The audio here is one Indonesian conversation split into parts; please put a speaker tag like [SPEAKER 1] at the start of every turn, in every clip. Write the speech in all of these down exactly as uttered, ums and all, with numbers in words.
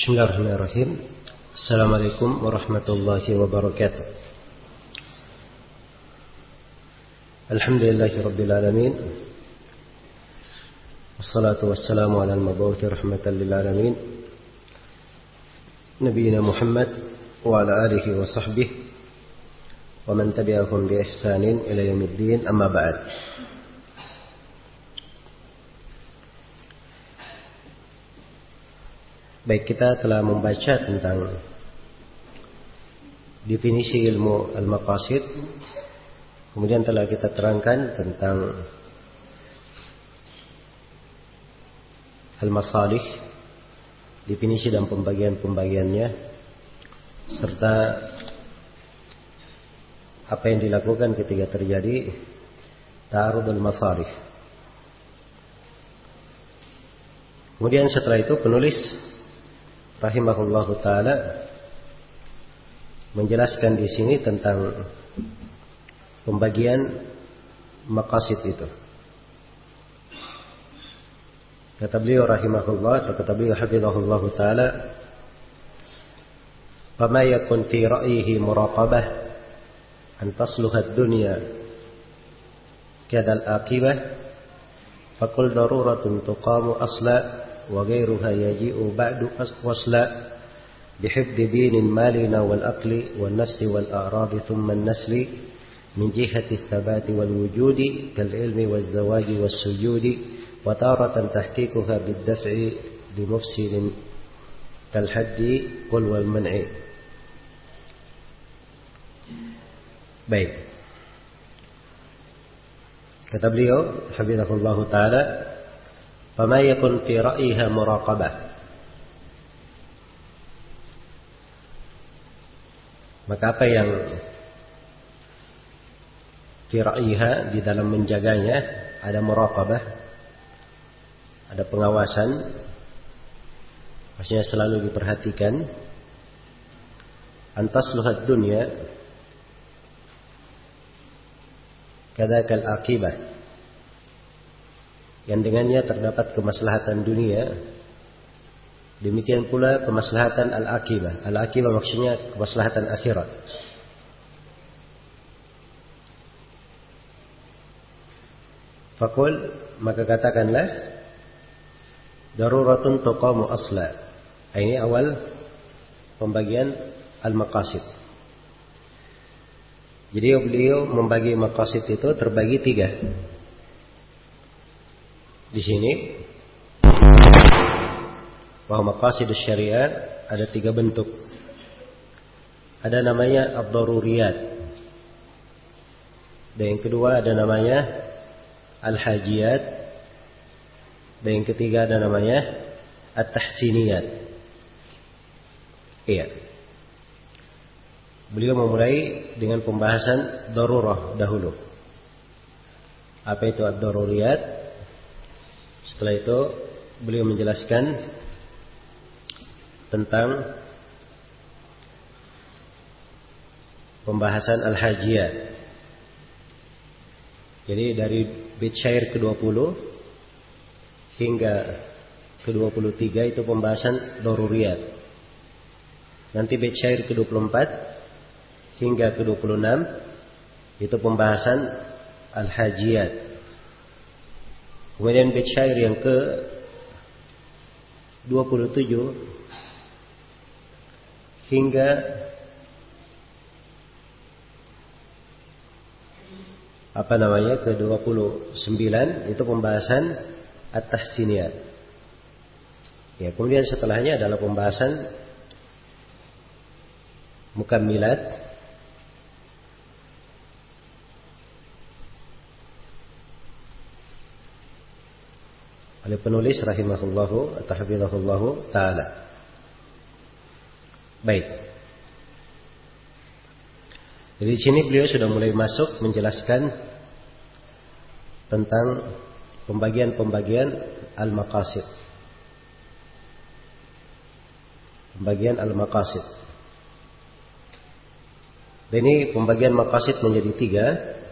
[SPEAKER 1] Bismillahirrahmanirrahim. Assalamualaikum warahmatullahi wabarakatuh. Alhamdulillahi rabbil alamin. Wassalatu wassalamu ala al-mab'uthi rahmatan lil alamin. Nabiyyina Muhammad wa ala alihi wa sahbihi wa man tabi'ahum bi ihsanin ila yaumiddin, amma ba'd. Baik, kita telah membaca tentang definisi ilmu al-maqasid. Kemudian telah kita terangkan tentang al-masalih, definisi dan pembagian-pembagiannya, serta apa yang dilakukan ketika terjadi ta'arudul masalih. Kemudian setelah itu penulis rahimahullahu taala menjelaskan di sini tentang pembagian maqasid itu. Kata beliau rahimahullah, atau kata beliau hafizahullahu taala, "Fama yakun fi ra'yihi muraqabah an tasluha ad-dunya kadal aqibah faqul daruratun tuqamu asla wa ghairuha yaji'u ba'du wasla bihifdzi dinin malina wal aqli wan nafsi wal a'radi thumma an-nasli min jihati ats-tsabati wal wujudi kal ilmi waz zawaji was sujudi wa taratan tahqiquha bid daf'i li mufsidin kal haddi qul wal man'i." Baik, kata beliau hafizahullahu taala, "Fama yakun fi ra'yiha muraqabah." Maka apa yang fi ra'yiha, di dalam menjaganya ada muraqabah, ada pengawasan, maksudnya selalu diperhatikan. Antasluhat dunya kadzakal aqibah, yang dengannya terdapat kemaslahatan dunia, demikian pula kemaslahatan al-aqibah. Al-aqibah maksudnya kemaslahatan akhirat. Faqul, maka katakanlah, daruratun tuqamu asla. Ini awal pembagian al-maqasid. Jadi beliau membagi maqasid itu terbagi tiga. Di sini bahwa maqasidus syariah ada tiga bentuk. Ada namanya ad-daruriyat, dan yang kedua ada namanya al-hajiyat, dan yang ketiga ada namanya at-tahsiniyat. Iya. Beliau memulai dengan pembahasan darurah dahulu. Apa itu ad-daruriyat? Setelah itu beliau menjelaskan tentang pembahasan al-hajiyat. Jadi dari bait syair ke dua puluh hingga ke dua puluh tiga itu pembahasan daruriyat. Nanti bait syair ke dua puluh empat hingga ke dua puluh enam itu pembahasan al-hajiyat. Kemudian bait syair yang ke dua puluh tujuh hingga apa namanya ke dua puluh sembilan itu pembahasan at-tahsiniyat. Ya, kemudian setelahnya adalah pembahasan mukammilat. Oleh penulis rahimahullahu atau hafizahullahu taala. Baik. Jadi di sini beliau sudah mulai masuk menjelaskan tentang pembagian-pembagian al-maqasid. Pembagian al-maqasid. Dan ini pembagian maqasid menjadi tiga.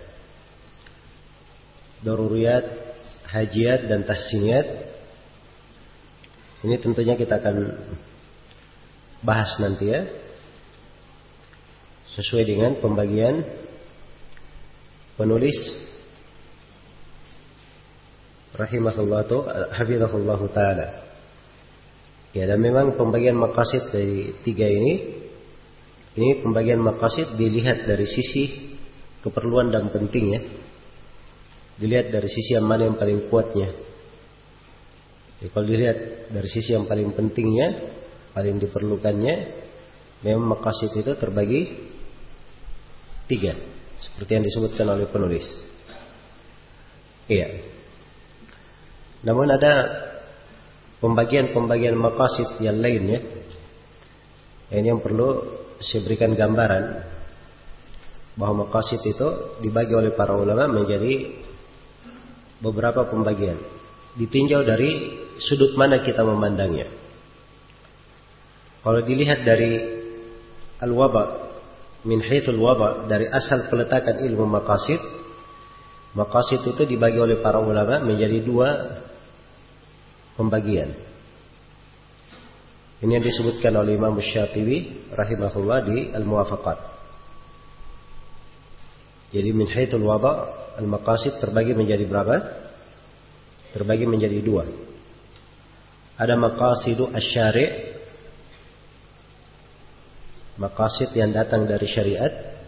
[SPEAKER 1] Daruriyat, hajiyat, dan tahsiniyat. Ini tentunya kita akan bahas nanti ya, sesuai dengan pembagian penulis rahimahullah atau hafizahullah taala. Ya, dan memang pembagian maqasid dari tiga ini, ini pembagian maqasid dilihat dari sisi keperluan dan pentingnya, dilihat dari sisi yang mana yang paling kuatnya. Ya, kalau dilihat dari sisi yang paling pentingnya, paling diperlukannya, memang maqasid itu terbagi tiga, seperti yang disebutkan oleh penulis. Iya. Namun ada pembagian-pembagian maqasid yang lainnya. Ini yang perlu saya berikan gambaran bahwa maqasid itu dibagi oleh para ulama menjadi beberapa pembagian, ditinjau dari sudut mana kita memandangnya. Kalau dilihat dari al-waba, min haitsul waba, dari asal peletakan ilmu maqasid, maqasid itu dibagi oleh para ulama menjadi dua pembagian. Ini yang disebutkan oleh Imam Syatibi rahimahullah di Al-Muwafaqat. Jadi min haitsul waba, al-maqasid terbagi menjadi berapa? Terbagi menjadi dua. Ada maqasidu asy-syari', maqasid yang datang dari syariat.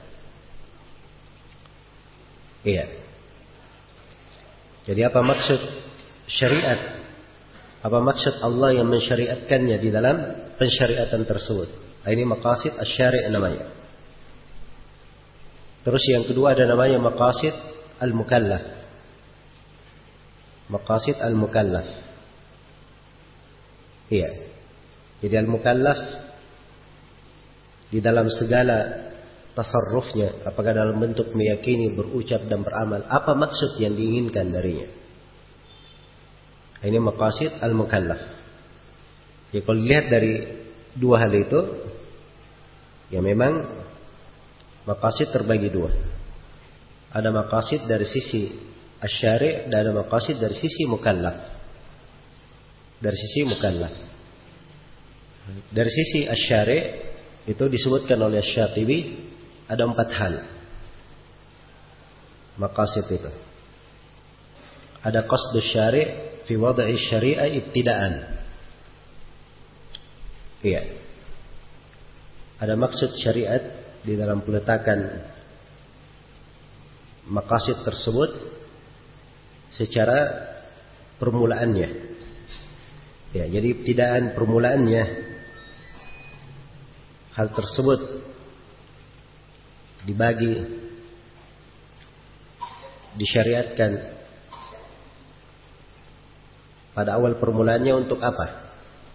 [SPEAKER 1] Iya. Jadi apa maksud syariat? Apa maksud Allah yang mensyariatkannya di dalam pensyariatan tersebut? Ini maqasid asy-syari' namanya. Terus yang kedua ada namanya maqasid al-mukallaf. Maqasid al-mukallaf. Iya. Jadi al-mukallaf di dalam segala tasarrufnya, apakah dalam bentuk meyakini, berucap dan beramal, apa maksud yang diinginkan darinya. Ini maqasid al-mukallaf. Ya, kalau dilihat dari dua hal itu, ya memang maqasid terbagi dua. Ada maqasid dari sisi asy-syari' dan ada maqasid dari sisi mukallaf. Dari sisi mukallaf. Dari sisi asy-syari' itu disebutkan oleh Syatibi ada empat hal maqasid itu. Ada qasdus syari' fi wad'i syari'a ibtida'an. Iya. Ada maksud syariat di dalam peletakan maqasid tersebut secara permulaannya. Ya, jadi ibtida'an permulaannya. Hal tersebut dibagi, disyariatkan pada awal permulaannya untuk apa?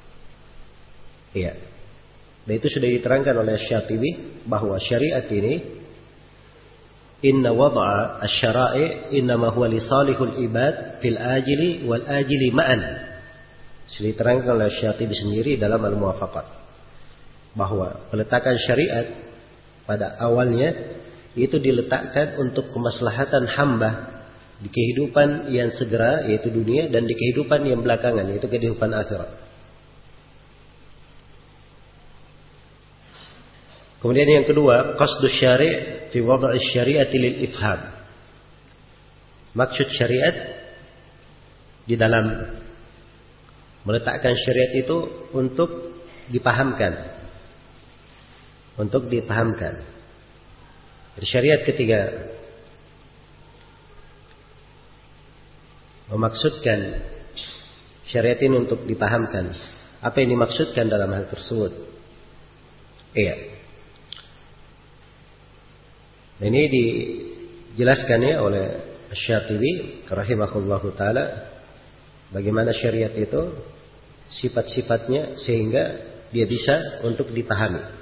[SPEAKER 1] Iya. Dan itu sudah diterangkan oleh Syatibi bahwa syariat ini inna wada'a asy-syara'i innama huwa li salihul ibad fil ajili wal ajili ma'an. Sudah diterangkan oleh Syatibi sendiri dalam Al-Muwafaqat bahwa peletakan syariat pada awalnya itu diletakkan untuk kemaslahatan hamba di kehidupan yang segera yaitu dunia dan di kehidupan yang belakangan yaitu kehidupan akhirat. Kemudian yang kedua, qasdus syari' fi wad'i syari'ati lil ifham. Maksud syariat di dalam meletakkan syariat itu untuk dipahamkan. Untuk dipahamkan. Jadi syariat ketiga memaksudkan syariat ini untuk dipahamkan. Apa yang dimaksudkan dalam hal tersebut? Iya. Ini dijelaskan ya oleh Syatibi rahimahullahu taala bagaimana syariat itu sifat-sifatnya sehingga dia bisa untuk dipahami.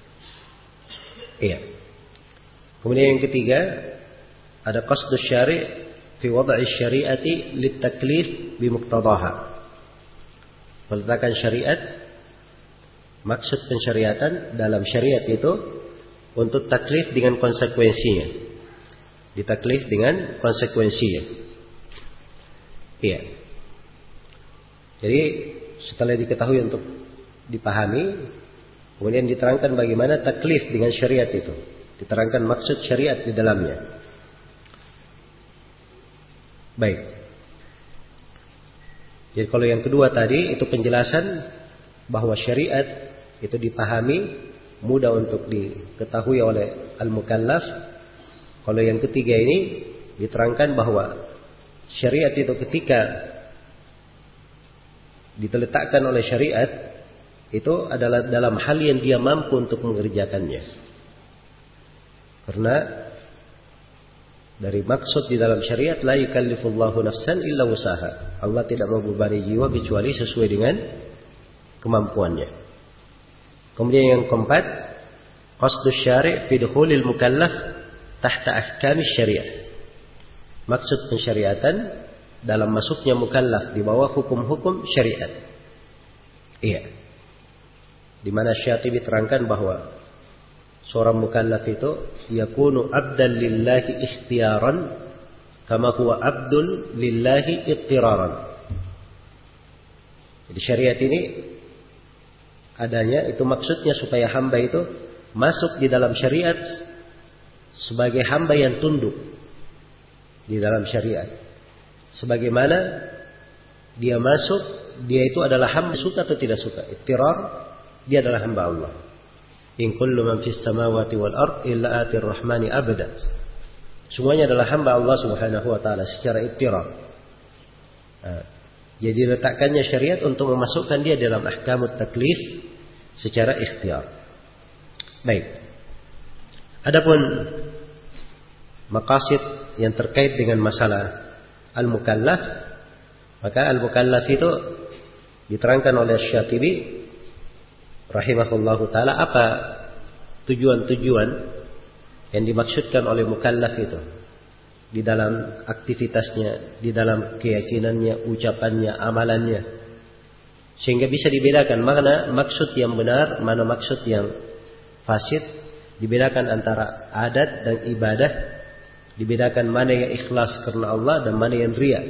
[SPEAKER 1] Iya. Kemudian yang ketiga ada qasdus syari' fi wad'i syari'ati litaklif bi muqtadaha. Meletakkan syariat, maksud pensyariatan dalam syariat itu untuk taklif dengan konsekuensinya. Ditaklif dengan konsekuensinya. Iya. Jadi setelah diketahui untuk dipahami, Kemudian diterangkan bagaimana taklif dengan syariat itu. Diterangkan maksud syariat di dalamnya. Baik. Jadi kalau yang kedua tadi itu penjelasan bahwa syariat itu dipahami, mudah untuk diketahui oleh al-mukallaf. Kalau yang ketiga ini diterangkan bahwa syariat itu ketika diletakkan oleh syariat itu adalah dalam hal yang dia mampu untuk mengerjakannya. Karena dari maksud di dalam syariat, la yukallifullahu nafsan illa wusaha. Allah tidak membebani jiwa kecuali sesuai dengan kemampuannya. Kemudian yang keempat, qasdus syari' fi dukhulil mukallaf tahta ahkami syariah. Maksud pensyariatan dalam masuknya mukallaf di bawah hukum-hukum syariat. Iya. Di mana Syatibi terangkan bahwa seorang mukallaf itu yakunu abdan lillahi ikhtiyaran kama huwa abdul lillahi ittiraran. Jadi syariat ini adanya itu maksudnya supaya hamba itu masuk di dalam syariat sebagai hamba yang tunduk di dalam syariat. Sebagaimana dia masuk, dia itu adalah hamba suka atau tidak suka. Ittirar, dia adalah hamba Allah. In kullu man fis samawati wal ard illa atir rahmani abada. Semuanya adalah hamba Allah Subhanahu wa taala secara ittirar. Nah, jadi letakkannya syariat untuk memasukkan dia dalam ahkamut taklif secara ikhtiar. Baik. Adapun maqasid yang terkait dengan masalah al-mukallaf, maka al-mukallaf itu diterangkan oleh Syatibi rahimahullahu taala apa tujuan-tujuan yang dimaksudkan oleh mukallaf itu di dalam aktivitasnya, di dalam keyakinannya, ucapannya, amalannya, sehingga bisa dibedakan mana maksud yang benar, mana maksud yang fasid, dibedakan antara adat dan ibadah, dibedakan mana yang ikhlas karena Allah dan mana yang riya.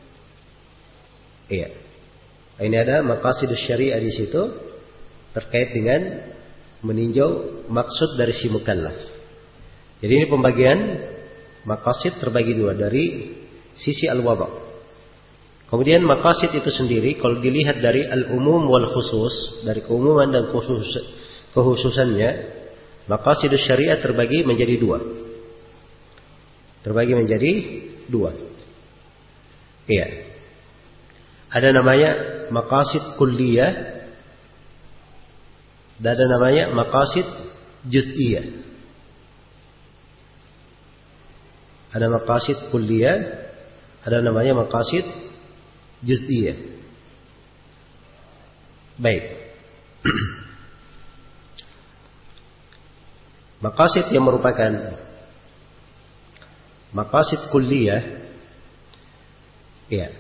[SPEAKER 1] Iya. Ini ada maqasidus syariah di situ terkait dengan meninjau maksud dari si mukallaf. Jadi ini pembagian maqasid terbagi dua dari sisi al-wada'. Kemudian maqasid itu sendiri kalau dilihat dari al-umum wal khusus, dari keumuman dan khusus, kekhususannya, maqasidus syariah terbagi menjadi dua. Terbagi menjadi dua. Iya. Ada namanya maqasid kulliyah dan ada namanya maqasid juz'iyah. Ada maqasid kulliyah, ada namanya maqasid juz'iyah. Baik. Maqasid yang merupakan maqasid kulliyah, ya,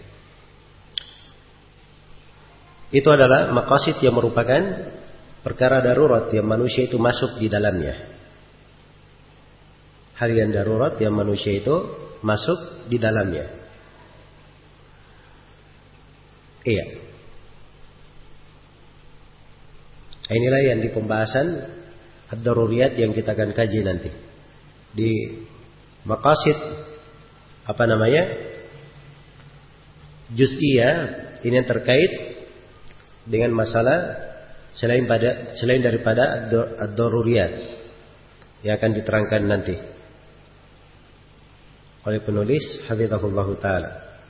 [SPEAKER 1] itu adalah maqasid yang merupakan perkara darurat yang manusia itu masuk di dalamnya. Hal yang darurat yang manusia itu masuk di dalamnya. Iya. Inilah yang di pembahasan ad-daruriyat yang kita akan kaji nanti. Di maqasid apa namanya? Juz'iyah, ini yang terkait dengan masalah selain pada selain daripada ad-daruriyat yang akan diterangkan nanti oleh penulis hafizahullah taala.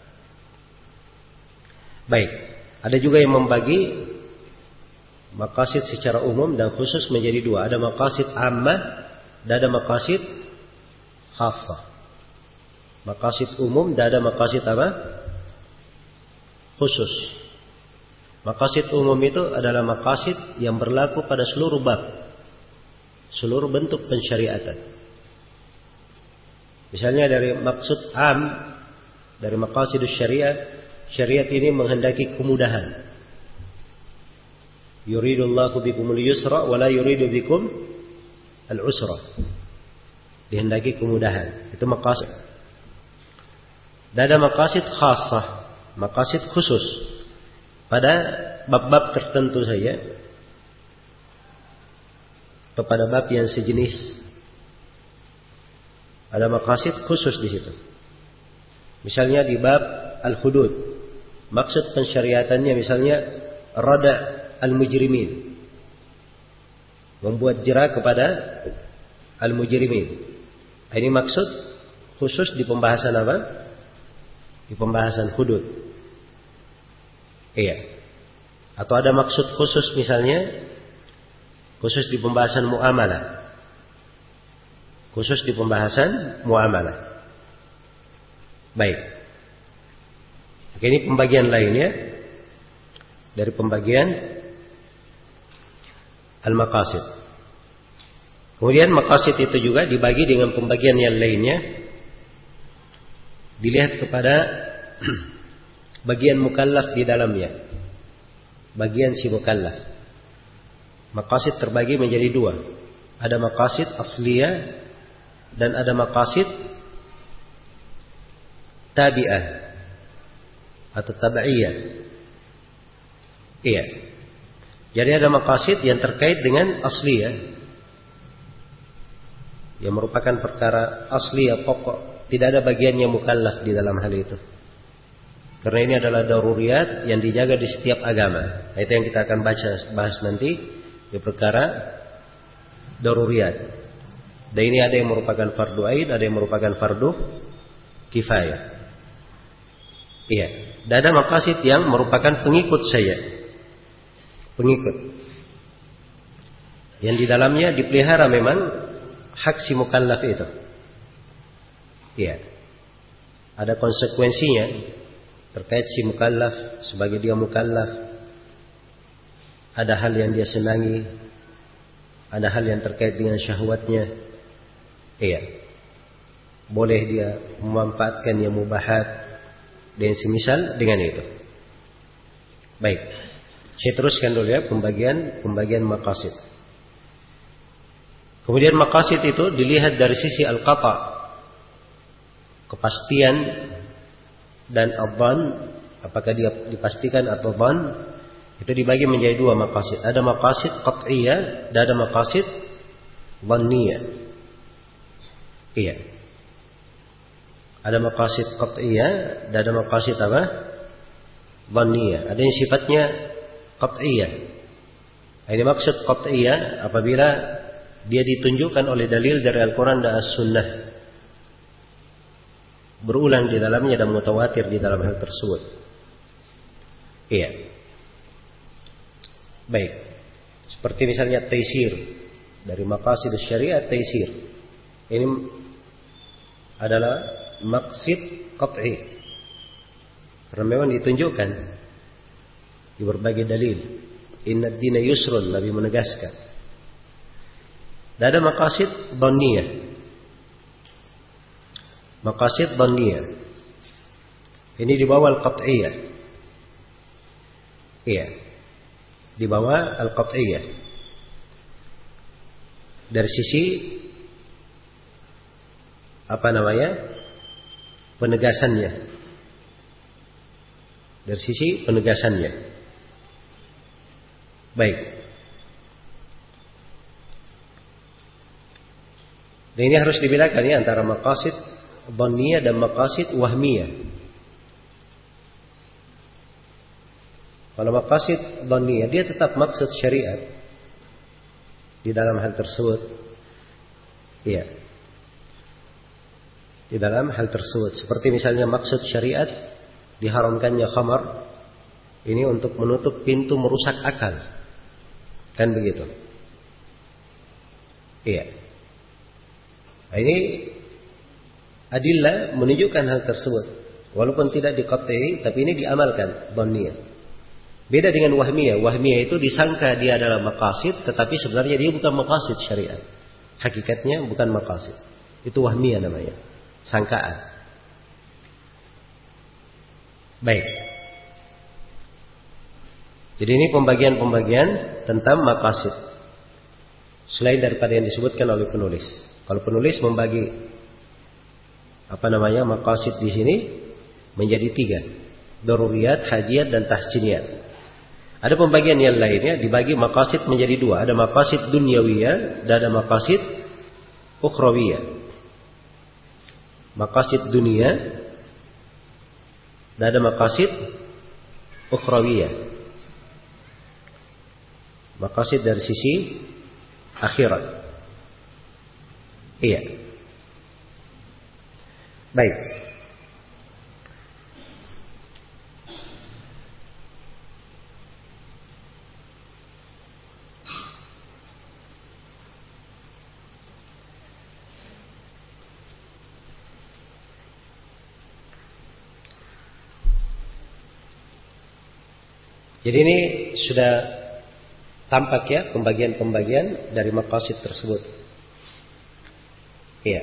[SPEAKER 1] Baik, ada juga yang membagi maqasid secara umum dan khusus menjadi dua. Ada maqasid ammah dan ada maqasid khassah. Maqasid umum dan ada maqasid apa? Khusus. Maqasid umum itu adalah maqasid yang berlaku pada seluruh bab, seluruh bentuk pensyariatan. Misalnya dari maksud am, dari maqasidus syariah, syariat ini menghendaki kemudahan. Yuridullahu bikumul yusra wa la yuridu bikum al-usra. Dihendaki kemudahan. Itu maqasid. Dan ada maqasid khassah, maqasid khusus pada bab-bab tertentu saja. atau pada bab yang sejenis. Ada maqasid khusus di situ. Misalnya di bab al-hudud, maksud pensyariatannya misalnya rada al-mujrimin, membuat jera kepada al-mujrimin. Ini maksud khusus di pembahasan apa? Di pembahasan hudud. Iya. Atau ada maksud khusus misalnya khusus di pembahasan muamalah. Khusus di pembahasan muamalah. Baik. Oke, ini pembagian lainnya dari pembagian al-maqasid. Kemudian maqasid itu juga dibagi dengan pembagian yang lainnya. Dilihat kepada bagian mukallaf di dalamnya. Bagian si mukallaf. Maqasid terbagi menjadi dua. Ada maqasid asliyah dan ada maqasid tabi'ah atau tabi'iyah. Iya. Jadi ada maqasid yang terkait dengan asliyah, yang merupakan perkara asliyah pokok, tidak ada bagiannya mukallaf di dalam hal itu. Karena ini adalah daruriyat yang dijaga di setiap agama. Itu yang kita akan baca bahas nanti di perkara daruriyat. Dan ini ada yang merupakan fardu ain, ada yang merupakan fardu kifayah. Iya. Dan ada maqasid yang merupakan pengikut saya. Pengikut. Yang di dalamnya dipelihara memang hak si mukallaf itu. Iya. Ada konsekuensinya terkait si mukallaf sebagai dia mukallaf. Ada hal yang dia senangi, ada hal yang terkait dengan syahwatnya. Iya. Boleh dia memanfaatkan yang mubahat dan semisal dengan itu. Baik. Saya teruskan dulu ya pembagian pembagian maqasid. Kemudian maqasid itu dilihat dari sisi al-qata', kepastian dan adhan, apakah dia dipastikan atau dhan, itu dibagi menjadi dua maqasid. Ada maqasid qat'iyah dan ada maqasid dhanniyah. Iya. Ada maqasid qat'iyah dan ada maqasid apa? Dhanniyah. Ada yang sifatnya qat'iyah. Ini maksud qat'iyah apabila dia ditunjukkan oleh dalil dari Al-Quran dan As-Sunnah, berulang di dalamnya dan mutawatir di dalam hal tersebut. Iya. Baik. Seperti misalnya taisir, dari maqasid syariat taisir. Ini adalah maqsid qat'i. Karena memang ditunjukkan di berbagai dalil. Inna ad-dina yusrun, Nabi menegaskan. Dan ada maqasid dhanniyah. Maqasid dhanniyah. Ini di bawah al-qat'iyah. Iya. Di bawah al-qat'iyah. Dari sisi apa namanya? Penegasannya. Dari sisi penegasannya. Baik. Dan ini harus dibedakan ya antara maqasid dhanniyah dan maqasid wahmiyah. Kalau maqasid dhanniyah dia tetap maksud syariat di dalam hal tersebut. Iya. Di dalam hal tersebut, seperti misalnya maksud syariat diharamkannya khamar, ini untuk menutup pintu merusak akal. Kan begitu? Iya. Nah, ini adillah menunjukkan hal tersebut. Walaupun tidak diqat'i, tapi ini diamalkan dhanniyah. Beda dengan wahmiyah. Wahmiyah itu disangka dia adalah maqasid, tetapi sebenarnya dia bukan maqasid syariat. Hakikatnya bukan maqasid. Itu wahmiyah namanya. Sangkaan. Baik. Jadi ini pembagian-pembagian tentang maqasid. Selain daripada yang disebutkan oleh penulis. Kalau penulis membagi apa namanya maqasid di sini menjadi tiga: daruriyat, hajiyat, dan tahsiniyat. Ada pembagian yang lainnya, dibagi maqasid menjadi dua. Ada maqasid dunyawiyah dan ada maqasid ukhrawiyah. Maqasid dunia dan ada maqasid ukhrawiyah. Maqasid dari sisi akhirat. Iya. Baik. Jadi ini sudah tampak ya pembagian-pembagian dari maqasid tersebut. Iya.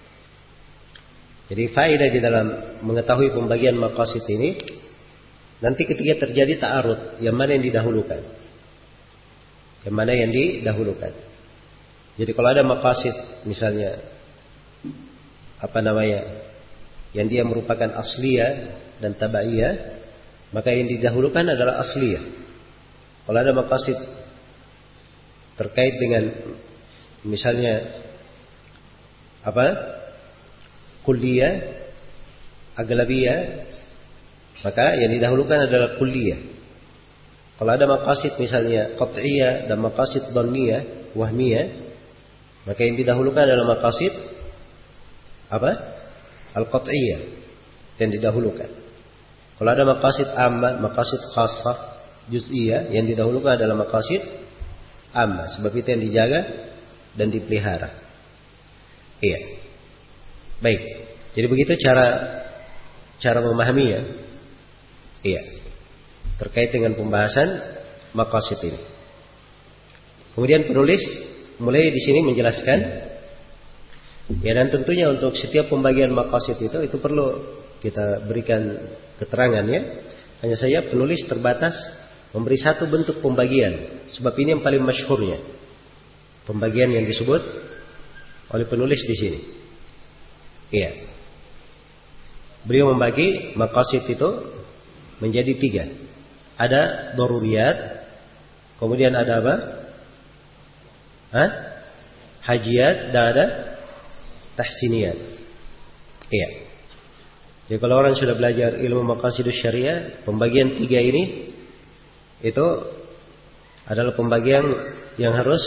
[SPEAKER 1] Jadi faedah di dalam mengetahui pembagian maqasid ini, nanti ketika terjadi ta'arud, yang mana yang didahulukan? Yang mana yang didahulukan? Jadi kalau ada maqasid misalnya apa namanya? Yang dia merupakan asliyah dan tabaiyah, maka yang didahulukan adalah asliyah. Kalau ada maqasid terkait dengan misalnya apa? Kulliyah, aglabiyah, maka yang didahulukan adalah kulliyah. Kalau ada maqasid misalnya qat'iyah dan maqasid dhanniyah, wahmiyah, maka yang didahulukan adalah maqasid apa? Al-qat'iyah yang didahulukan. Kalau ada maqasid amma, maqasid khassah, juz'iyah, yang didahulukan adalah maqasid amma, sebab itu yang dijaga dan dipelihara. Iya. Baik. Jadi begitu cara cara memahaminya. Iya. Terkait dengan pembahasan maqasid ini. Kemudian penulis mulai di sini menjelaskan, ya, dan tentunya untuk setiap pembagian maqasid itu itu perlu kita berikan keterangannya. Hanya saja penulis terbatas memberi satu bentuk pembagian, sebab ini yang paling masyhurnya pembagian yang disebut oleh penulis di sini. Iya. Beliau membagi maqasid itu menjadi tiga. Ada daruriyat, kemudian ada apa? Hah? Hajiyat, dan ada tahsiniyat. Iya. Jadi kalau orang sudah belajar ilmu maqasidus syariah, pembagian tiga ini itu adalah pembagian yang harus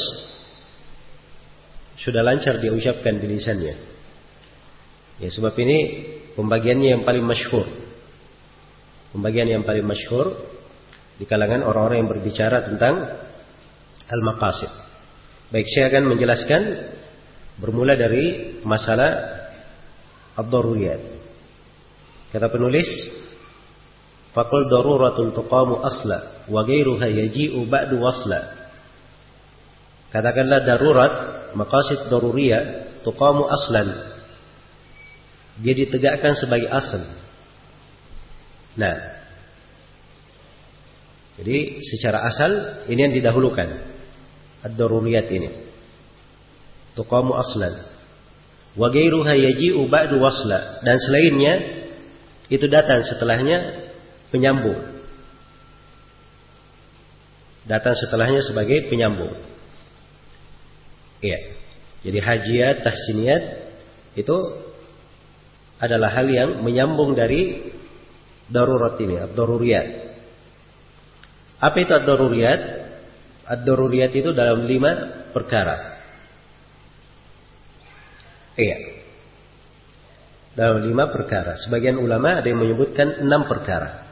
[SPEAKER 1] sudah lancar dia ucapkan di lisannya. Ya, sebab ini pembagiannya yang paling masyhur. Pembagian yang paling masyhur di kalangan orang-orang yang berbicara tentang al-maqasid. Baik, saya akan menjelaskan bermula dari masalah ad-daruriyat. Kata penulis, faqul daruratun tuqamu asla wa ghairuha yaji'u ba'du wasla. Katakanlah darurat, maqasid daruriyah, tuqamu aslan, dia ditegakkan sebagai asal. Nah, jadi secara asal ini yang didahulukan, ad-daruriyat ini. Tuqamu aslan wa ghairuha yaji'u ba'du wasla, dan selainnya itu datang setelahnya penyambung. Datang setelahnya sebagai penyambung. Iya. Jadi hajiyat, tahsiniyat itu adalah hal yang menyambung dari darurat ini, ad-daruriyat. Apa itu ad-daruriyat? Ad-daruriyat itu dalam lima perkara. Iya. Dalam lima perkara. Sebagian ulama ada yang menyebutkan enam perkara.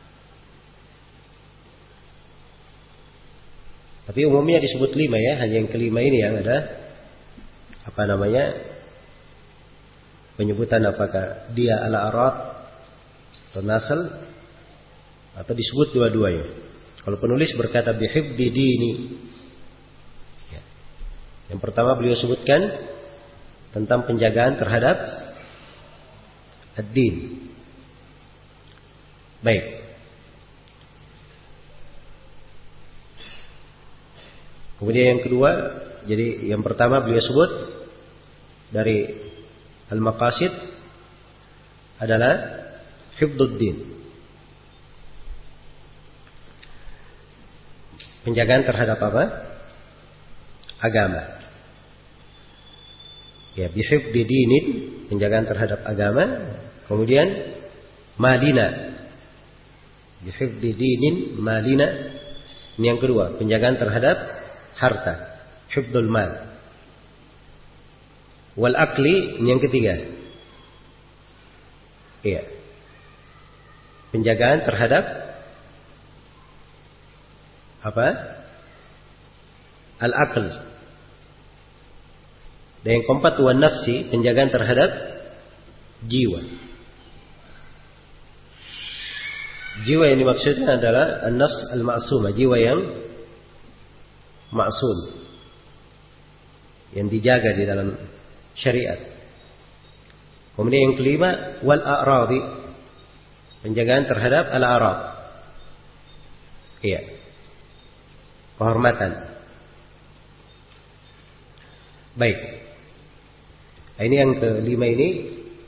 [SPEAKER 1] Tapi umumnya disebut lima ya. Hanya yang kelima ini yang ada apa namanya, penyebutan apakah dia ala arat atau nasal, atau disebut dua-duanya. Kalau penulis berkata bihifdi dini, ya. Yang pertama beliau sebutkan tentang penjagaan terhadap ad-din. Baik. Kemudian yang kedua, jadi yang pertama beliau sebut dari al-maqasid adalah hifdzuddin. penjagaan terhadap apa? Agama. Ya, bihifdi dinin, penjagaan terhadap agama. Kemudian malina, bihifdi dinin malina. Ini yang kedua, penjagaan terhadap harta, hifdul mal. Wal akli, ini yang ketiga. Iya. Penjagaan terhadap apa? Al-aql. Dan yang keempat, wan nafsi, penjagaan terhadap jiwa. Jiwa yang dimaksudnya adalah an-nafs al-ma'sumah, jiwa yang ma'sum, yang dijaga di dalam syariat. Kemudian yang kelima, wal a'radi, penjagaan terhadap al-a'rad. Iya. Kehormatan. Baik. Ini yang kelima ini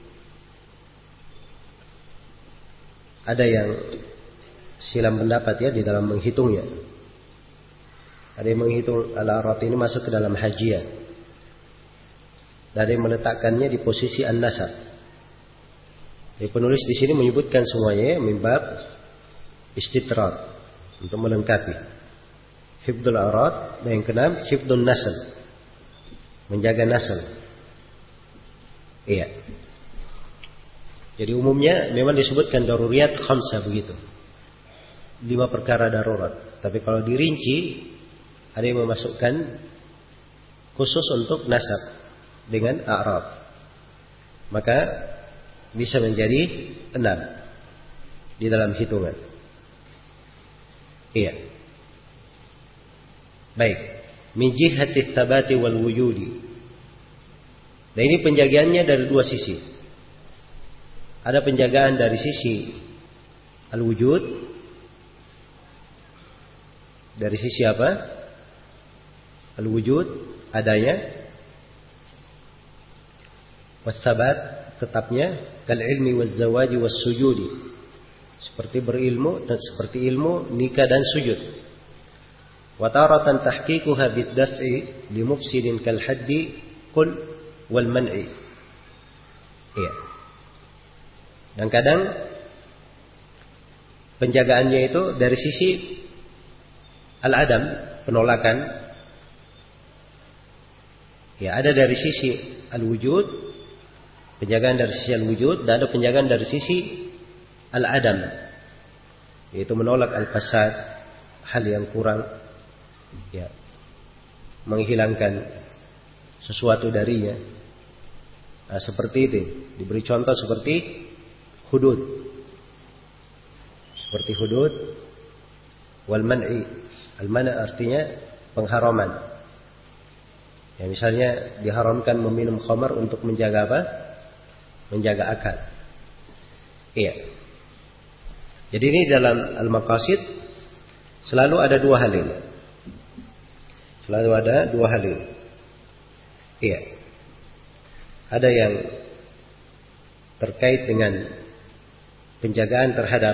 [SPEAKER 1] ada yang silam pendapat ya di dalam menghitungnya. Ada yang menghitung al-a'rad ini masuk ke dalam hajiat. Dan ada yang meletakkannya di posisi an-nasab. Jadi penulis di sini menyebutkan semuanya mimbab istitrad, untuk melengkapi. Hifdzul a'rad, dan yang keenam hifdzun nasl, menjaga nasl. Iya. Jadi umumnya memang disebutkan daruriyat khamsah begitu. Lima perkara darurat. Tapi kalau dirinci ada yang memasukkan khusus untuk nasab dengan a'rab. Maka bisa menjadi enam di dalam hitungan. Iya. Baik. Min jihati tsabati wal wujudi. Dan ini penjagaannya dari dua sisi. Ada penjagaan dari sisi al-wujud. Dari sisi apa? Al-wujud, adanya. Was-sabat, tetapnya. Kal-ilmi waz-zawaji was-sujudi. Seperti berilmu dan seperti ilmu, nikah dan sujud. Wa taratan tahqiquha bid-daf'i li mufsidin kal haddi qul wal man'i. Iya. Dan kadang penjagaannya itu dari sisi al-adam, penolakan. Ya, ada dari sisi al-wujud, penjagaan dari sisi al-wujud, dan ada penjagaan dari sisi al-adam, yaitu menolak al-fasad, hal yang kurang, ya, menghilangkan sesuatu darinya. Nah, seperti itu. Diberi contoh seperti hudud. Seperti hudud wal man'i. Al-mana' artinya pengharaman. Ya, misalnya diharamkan meminum khamar untuk menjaga apa? Menjaga akal. Iya. Jadi ini dalam al-maqasid selalu ada dua hal ini. Selalu ada dua hal ini. Iya. Ada yang terkait dengan penjagaan terhadap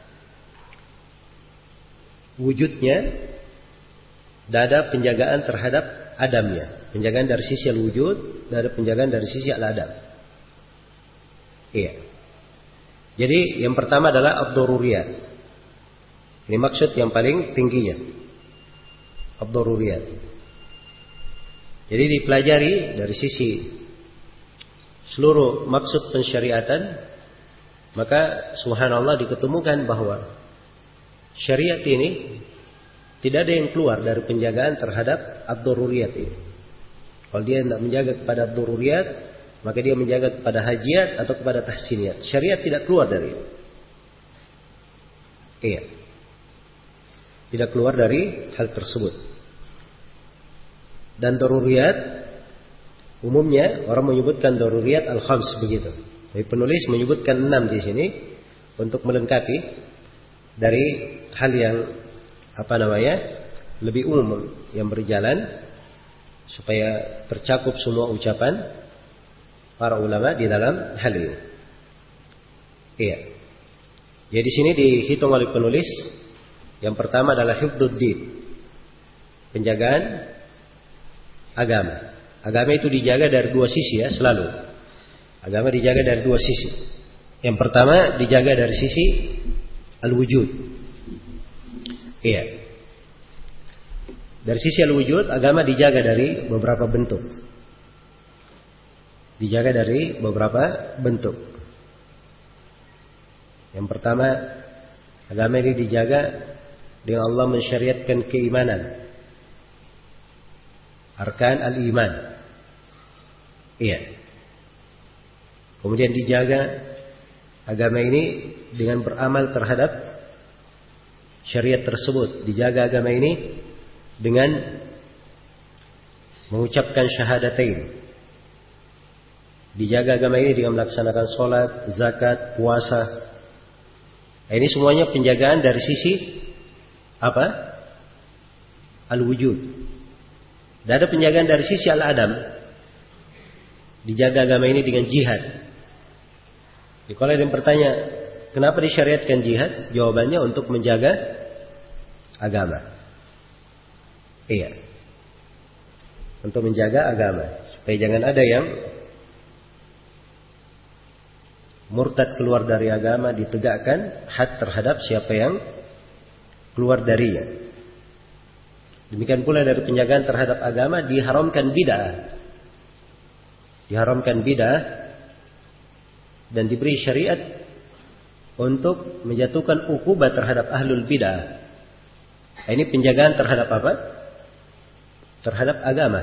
[SPEAKER 1] wujudnya, dan ada penjagaan terhadap adamnya. Penjagaan dari sisi al-wujud, dan ada penjagaan dari sisi al-adam. Iya. Jadi yang pertama adalah ad-daruriyat. Ini maksud yang paling tingginya. Ad-daruriyat. Jadi dipelajari dari sisi seluruh maksud pensyariatan, maka subhanallah diketemukan bahwa syariat ini tidak ada yang keluar dari penjagaan terhadap ad-daruriyat ini. Kalau dia tidak menjaga kepada ad-daruriyat, maka dia menjaga kepada hajiat atau kepada tahsiniyat. Syariat tidak keluar dari itu. Iya. Tidak keluar dari hal tersebut. Dan daruriyat umumnya orang menyebutkan daruriyat al-khams begitu. Tapi penulis menyebutkan enam di sini untuk melengkapi dari hal yang apa namanya lebih umum yang berjalan supaya tercakup semua ucapan para ulama di dalam hal ini. Iya. Ya, di sini dihitung oleh penulis yang pertama adalah hifdzuddin, penjagaan agama. Agama itu dijaga dari dua sisi ya, selalu. Agama dijaga dari dua sisi. Yang pertama dijaga dari sisi al-wujud. Iya. Dari sisi al-wujud, agama dijaga dari beberapa bentuk. Dijaga dari beberapa bentuk. Yang pertama, agama ini dijaga dengan Allah mensyariatkan keimanan. Arkan al-iman. Iya. Kemudian dijaga agama ini dengan beramal terhadap syariat tersebut. Dijaga agama ini dengan mengucapkan syahadatain. Dijaga agama ini dengan melaksanakan sholat, zakat, puasa. Ini semuanya penjagaan dari sisi apa? Al-wujud. Dan ada penjagaan dari sisi al-adam. Dijaga agama ini dengan jihad. Jadi kalau ada yang bertanya, kenapa disyariatkan jihad? Jawabannya untuk menjaga agama. Iya. Untuk menjaga agama. Supaya jangan ada yang murtad keluar dari agama, ditegakkan had terhadap siapa yang keluar darinya. Demikian pula dari penjagaan terhadap agama, diharamkan bid'ah. Diharamkan bid'ah dan diberi syariat untuk menjatuhkan uqubah terhadap ahlul bid'ah. Ini penjagaan terhadap apa? Terhadap agama.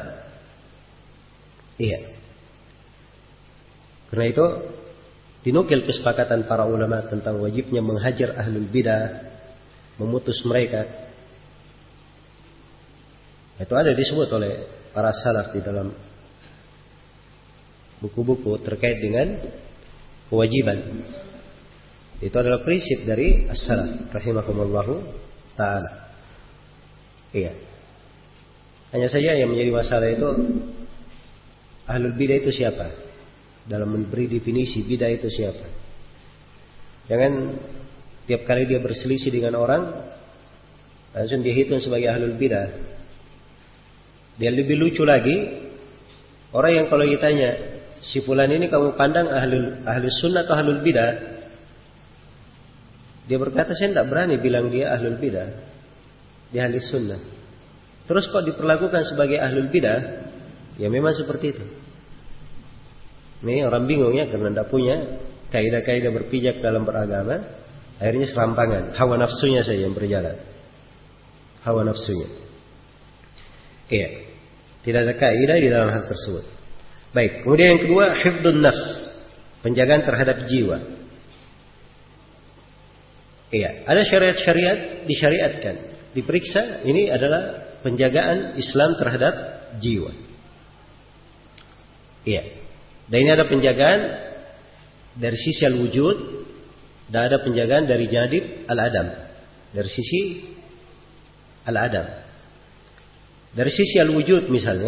[SPEAKER 1] Iya. Karena itu dinukil kesepakatan para ulama tentang wajibnya menghajar ahlul bid'ah, memutus mereka. Itu ada disebut oleh para salaf di dalam buku-buku terkait dengan kewajiban. Itu adalah prinsip dari as-salaf rahimakumullahu ta'ala. Iya. Hanya saja yang menjadi masalah itu ahlul bidah itu siapa? Dalam memberi definisi bidah itu siapa? Jangan tiap kali dia berselisih dengan orang langsung dia hitung sebagai ahlul bidah. Dia lebih lucu lagi orang yang kalau ditanya, si fulan ini kamu pandang ahlul ahlus sunnah atau ahlul bidah? Dia berkata, saya tidak berani bilang dia ahlul bidah. Dia ahlus sunnah. Terus kok diperlakukan sebagai ahlul bidah? Ya memang seperti itu. Ini orang bingung ya, karena tidak punya kaidah-kaidah berpijak dalam beragama. Akhirnya serampangan, hawa nafsunya saja yang berjalan. Hawa nafsunya. Iya. Tidak ada kaidah di dalam hal tersebut. Baik, kemudian yang kedua, hifdzun nafs, penjagaan terhadap jiwa. Iya, ada syariat-syariat disyariatkan, diperiksa, ini adalah penjagaan Islam terhadap jiwa. Iya. Dan ini ada penjagaan dari sisi al-wujud, dan ada penjagaan dari janib al-adam, dari sisi al-adam. Dari sisi al-wujud misalnya,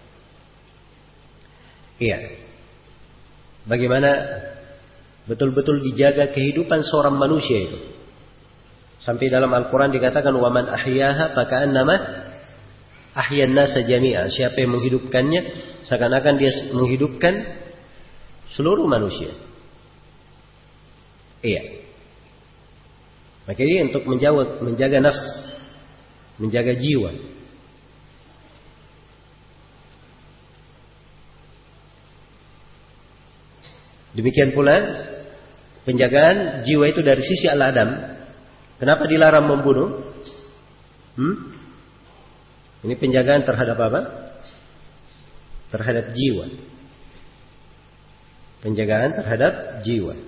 [SPEAKER 1] iya, bagaimana betul-betul dijaga kehidupan seorang manusia itu. Sampai dalam Al-Quran dikatakan, وَمَنْ أَحْيَاهَا فَكَأَنَّمَا أَحْيَا النَّاسَ جَمِيعًا. Siapa yang menghidupkannya, seakan-akan dia menghidupkan seluruh manusia. Iya. Maka ini untuk menjawab, menjaga nafs, menjaga jiwa. Demikian pula penjagaan jiwa itu dari sisi al-adam. Kenapa dilarang membunuh? Hmm? Ini penjagaan terhadap apa? Terhadap jiwa. Penjagaan terhadap jiwa.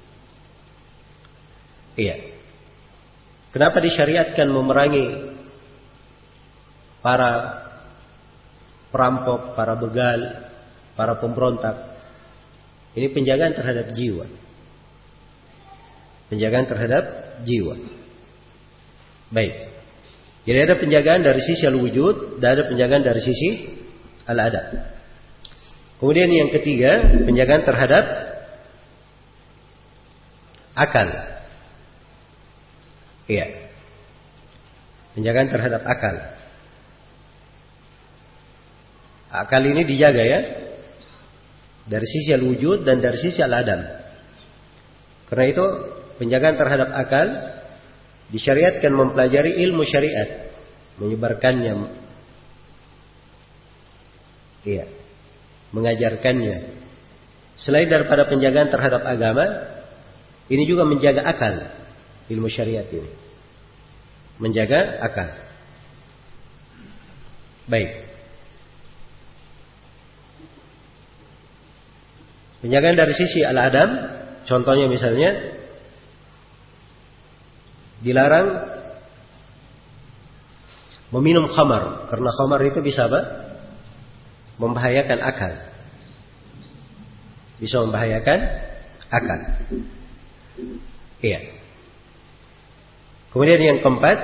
[SPEAKER 1] Iya. Kenapa disyariatkan memerangi para perampok, para begal, para pemberontak? Ini penjagaan terhadap jiwa. Penjagaan terhadap jiwa. Baik. Jadi ada penjagaan dari sisi al-wujud dan ada penjagaan dari sisi al-adab. Kemudian yang ketiga, penjagaan terhadap akal. Iya. Penjagaan terhadap akal. Akal ini dijaga ya, dari sisi al-wujud dan dari sisi al-adam. Karena itu penjagaan terhadap akal disyariatkan mempelajari ilmu syariat, menyebarkannya, iya, mengajarkannya. Selain daripada penjagaan terhadap agama, ini juga menjaga akal. Ilmu syariat ini menjaga akal. Baik. Penjagaan dari sisi al-adam, contohnya misalnya dilarang meminum khamar, karena khamar itu bisa apa? Membahayakan akal. Bisa membahayakan akal. Iya. Kemudian yang keempat,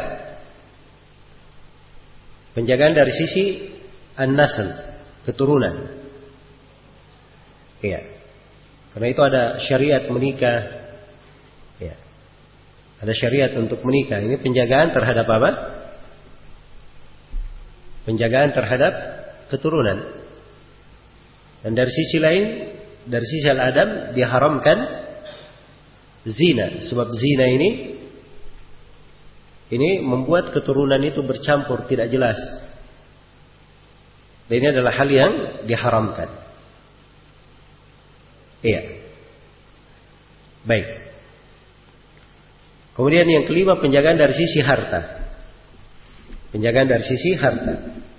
[SPEAKER 1] penjagaan dari sisi an-nasl, keturunan. Iya. Karena itu ada syariat menikah. Iya. Ada syariat untuk menikah. Ini penjagaan terhadap apa? Penjagaan terhadap keturunan. Dan dari sisi lain, dari sisi al-adam diharamkan zina. Sebab zina ini ini membuat keturunan itu bercampur, tidak jelas. Dan ini adalah hal yang diharamkan. Iya. Baik. Kemudian yang kelima, penjagaan dari sisi harta. Penjagaan dari sisi harta.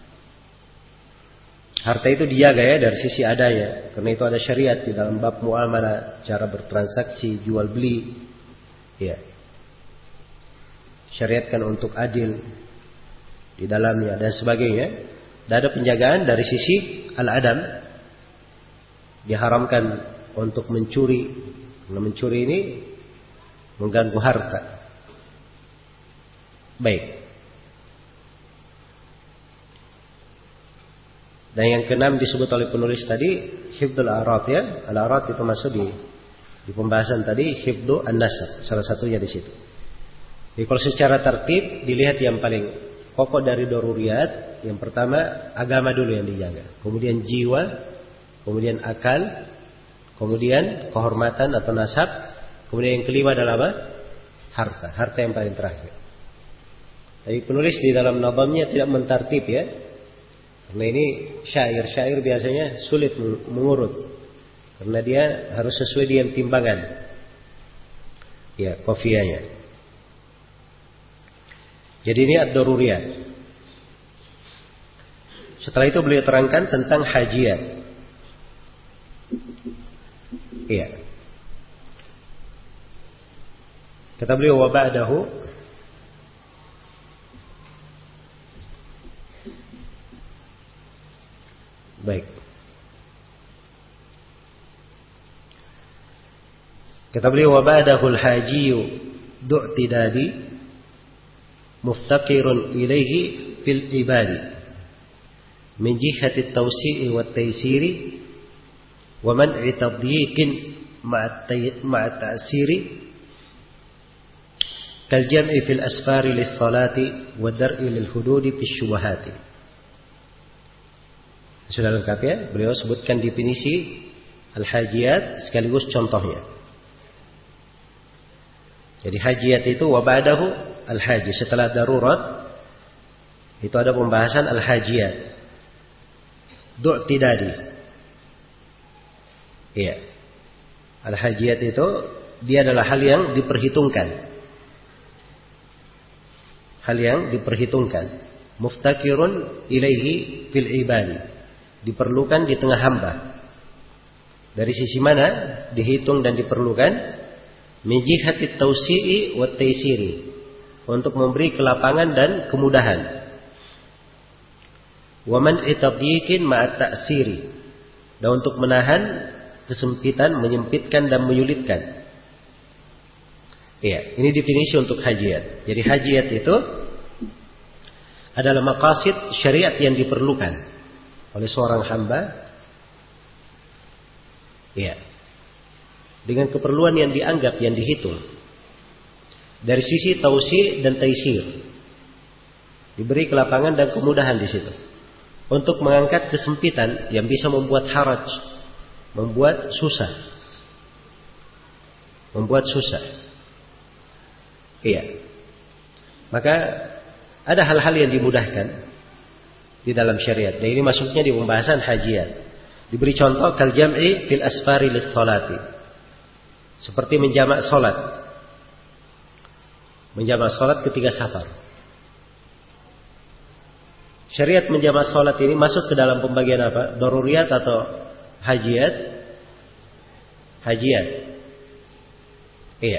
[SPEAKER 1] Harta itu dijaga ya dari sisi adanya. Karena itu ada syariat di dalam bab muamalah, cara bertransaksi, jual beli. Ya. Syariatkan untuk adil di dalamnya dan sebagainya. Dan ada penjagaan dari sisi al-adam. Diharamkan untuk mencuri. Karena mencuri ini mengganggu harta. Baik. Dan yang keenam disebut oleh penulis tadi hifdzul a'rad ya. Al-a'rad itu masuk di di pembahasan tadi, hifdzu an-nasab, salah satunya di situ. Jadi kalau secara tertib dilihat yang paling pokok dari daruriyat, yang pertama agama dulu yang dijaga, kemudian jiwa, kemudian akal, kemudian kehormatan atau nasab, kemudian yang kelima adalah apa? Harta, harta yang paling terakhir. Tapi penulis di dalam nadamnya tidak mentartib ya. Karena ini syair-syair biasanya sulit mengurut. Karena dia harus sesuai dengan timbangan. Ya, qafiyahnya. Jadi ini ad-daruriyat. Setelah itu beliau terangkan tentang hajiyat. Iya. Kata beliau wa ba'dahu, baik. Kata beliau wa ba'dahu al-hajiyu du'tidadi muftaqirun ilaihi fil ibadi min jihati at-tawsi'i wat-taysiri wa man'i tadyiqin ma'a ta'siri kal jam'i fil asfari lis-salati wa dar'i lil hududi fis syubahati. Sudah lengkap ya? Beliau sebutkan definisi al-hajiyat sekaligus contohnya. Jadi hajiyat itu wa ba'dahu al-haji. Setelah darurat itu ada pembahasan al-hajiyat. Du'tidadi. Iya. Al-hajiyat itu dia adalah hal yang diperhitungkan. Hal yang diperhitungkan. Muftakirun ilaihi fil ibadi. Diperlukan di tengah hamba. Dari sisi mana dihitung dan diperlukan? Min jihati tausi'i wa taysiri, untuk memberi kelapangan dan kemudahan. Wa man'i tadyiqin ma'a ta'siri, dan untuk menahan kesempitan, menyempitkan dan menyulitkan. Iya, ini definisi untuk hajiyat. Jadi hajiyat itu adalah maqasid syariat yang diperlukan oleh seorang hamba, ya, dengan keperluan yang dianggap, yang dihitung dari sisi tausi dan taisir, diberi kelapangan dan kemudahan di situ. untuk mengangkat kesempitan yang bisa membuat haraj, membuat susah. Membuat susah. Iya. Maka ada hal-hal yang dimudahkan di dalam syariat. Dan ini masuknya di pembahasan hajiat. Diberi contoh kal jam'i fil asfari lis salati. Seperti menjamak salat. Menjamak salat ketika safar. Syariat menjamak salat ini masuk ke dalam pembagian apa? Daruriyat atau hajiat? Hajiat. Iya.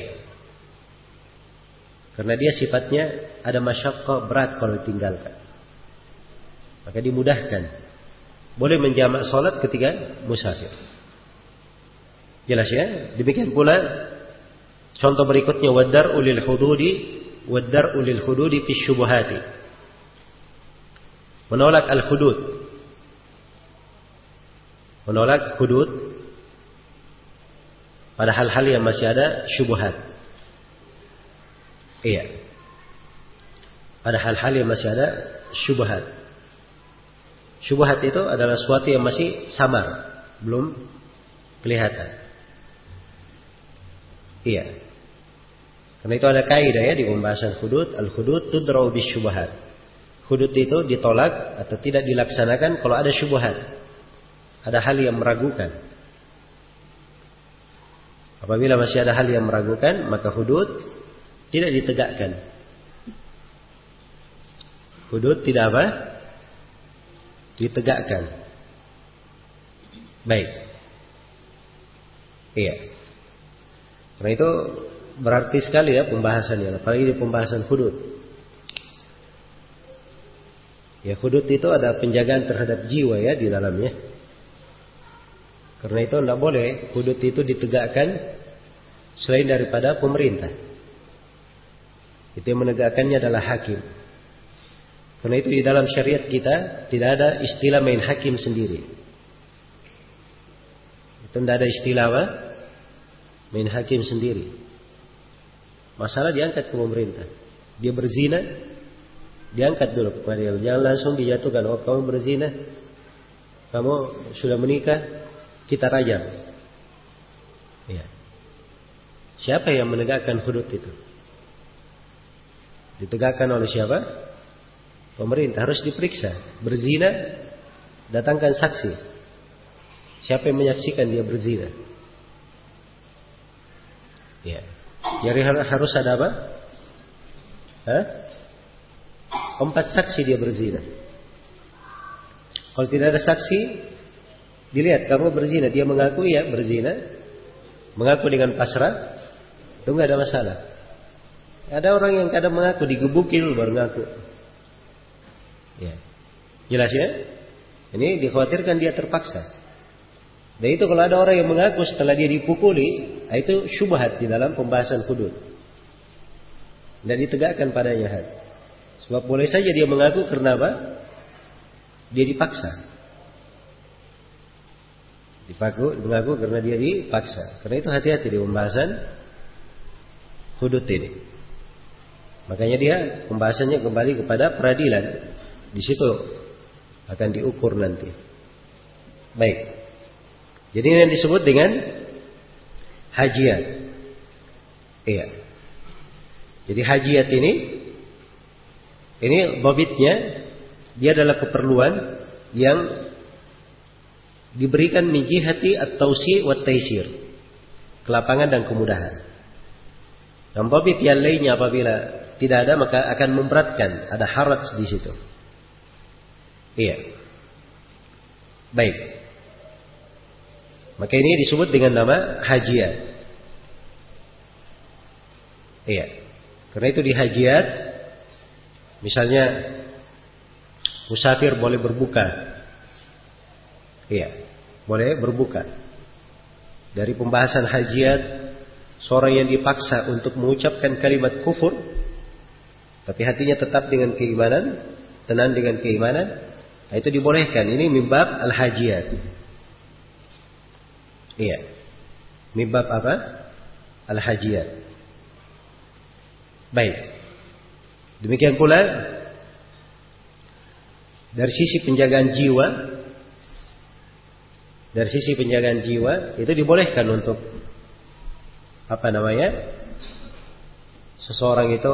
[SPEAKER 1] Karena dia sifatnya ada masyaqqah, berat kalau ditinggalkan. Maka dimudahkan. Boleh menjamak salat ketika musafir. Jelas ya? Demikian pula contoh berikutnya wadar ulil hududi, wadar ulil hududi fi syubuhati. Menolak al-hudud. Menolak hudud pada hal-hal yang masih ada syubhat. Iya. Pada hal-hal yang masih ada syubhat. Syubhat itu adalah sesuatu yang masih samar, belum kelihatan. Iya. Karena itu ada kaidah ya di pembahasan hudud, al-hudud tudra'u bisyubhat. Hudud itu ditolak atau tidak dilaksanakan kalau ada syubhat. Ada hal yang meragukan. Apabila masih ada hal yang meragukan, maka hudud tidak ditegakkan. Hudud tidak apa? Ditegakkan. Baik. Iya. Karena itu berarti sekali ya pembahasannya, apalagi di pembahasan hudud. Ya, hudud itu ada penjagaan terhadap jiwa ya di dalamnya. Karena itu tidak boleh hudud itu ditegakkan selain daripada pemerintah. Itu yang menegakkannya adalah hakim. Karena itu di dalam syariat kita tidak ada istilah main hakim sendiri. Itu tidak ada istilah apa? Main hakim sendiri. Masalah diangkat ke pemerintah. Dia berzina, diangkat dulu ke pengadilan. Jangan langsung dijatuhkan. Oh, kamu berzina, kamu sudah menikah, kita rajam. Ya. Siapa yang menegakkan hudud itu? Ditegakkan oleh siapa? Pemerintah. Harus diperiksa. Berzina, datangkan saksi. Siapa yang menyaksikan dia berzina? Ya. Jadi harus ada apa? Hah? Empat saksi dia berzina. Kalau tidak ada saksi, dilihat kamu berzina, dia mengaku ya berzina, mengaku dengan pasrah, itu nggak ada masalah. Ada orang yang kadang mengaku digebuki dulu baru ngaku. Ya, jelas ya. Ini dikhawatirkan dia terpaksa. Dan itu kalau ada orang yang mengaku setelah dia dipukuli, itu syubhat di dalam pembahasan hudud. Dan ditegakkan padanya had. Sebab boleh saja dia mengaku karena apa? Dia dipaksa. Dipaku, mengaku karena dia dipaksa. Karena itu hati-hati di pembahasan hudud ini. Makanya dia pembahasannya kembali kepada peradilan. Di situ akan diukur nanti. Baik. Jadi ini yang disebut dengan hajiat. Iya. Jadi hajiat ini, ini babitnya, dia adalah keperluan yang diberikan min jihati at-tausi' wa at-taisir. Kelapangan dan kemudahan. Dan babit yang lainnya apabila tidak ada maka akan memberatkan, ada haraj di situ. Iya. Baik. Maka ini disebut dengan nama hajiat. Iya. Karena itu di hajiat, misalnya musafir boleh berbuka. Iya, boleh berbuka. Dari pembahasan hajiat, seorang yang dipaksa untuk mengucapkan kalimat kufur, tapi hatinya tetap dengan keimanan, tenang dengan keimanan, itu dibolehkan. Ini mimbab al-hajiat. Iya. Mimbab apa? Al-hajiat. Baik. Demikian pula dari sisi penjagaan jiwa, dari sisi penjagaan jiwa itu dibolehkan untuk apa namanya? Seseorang itu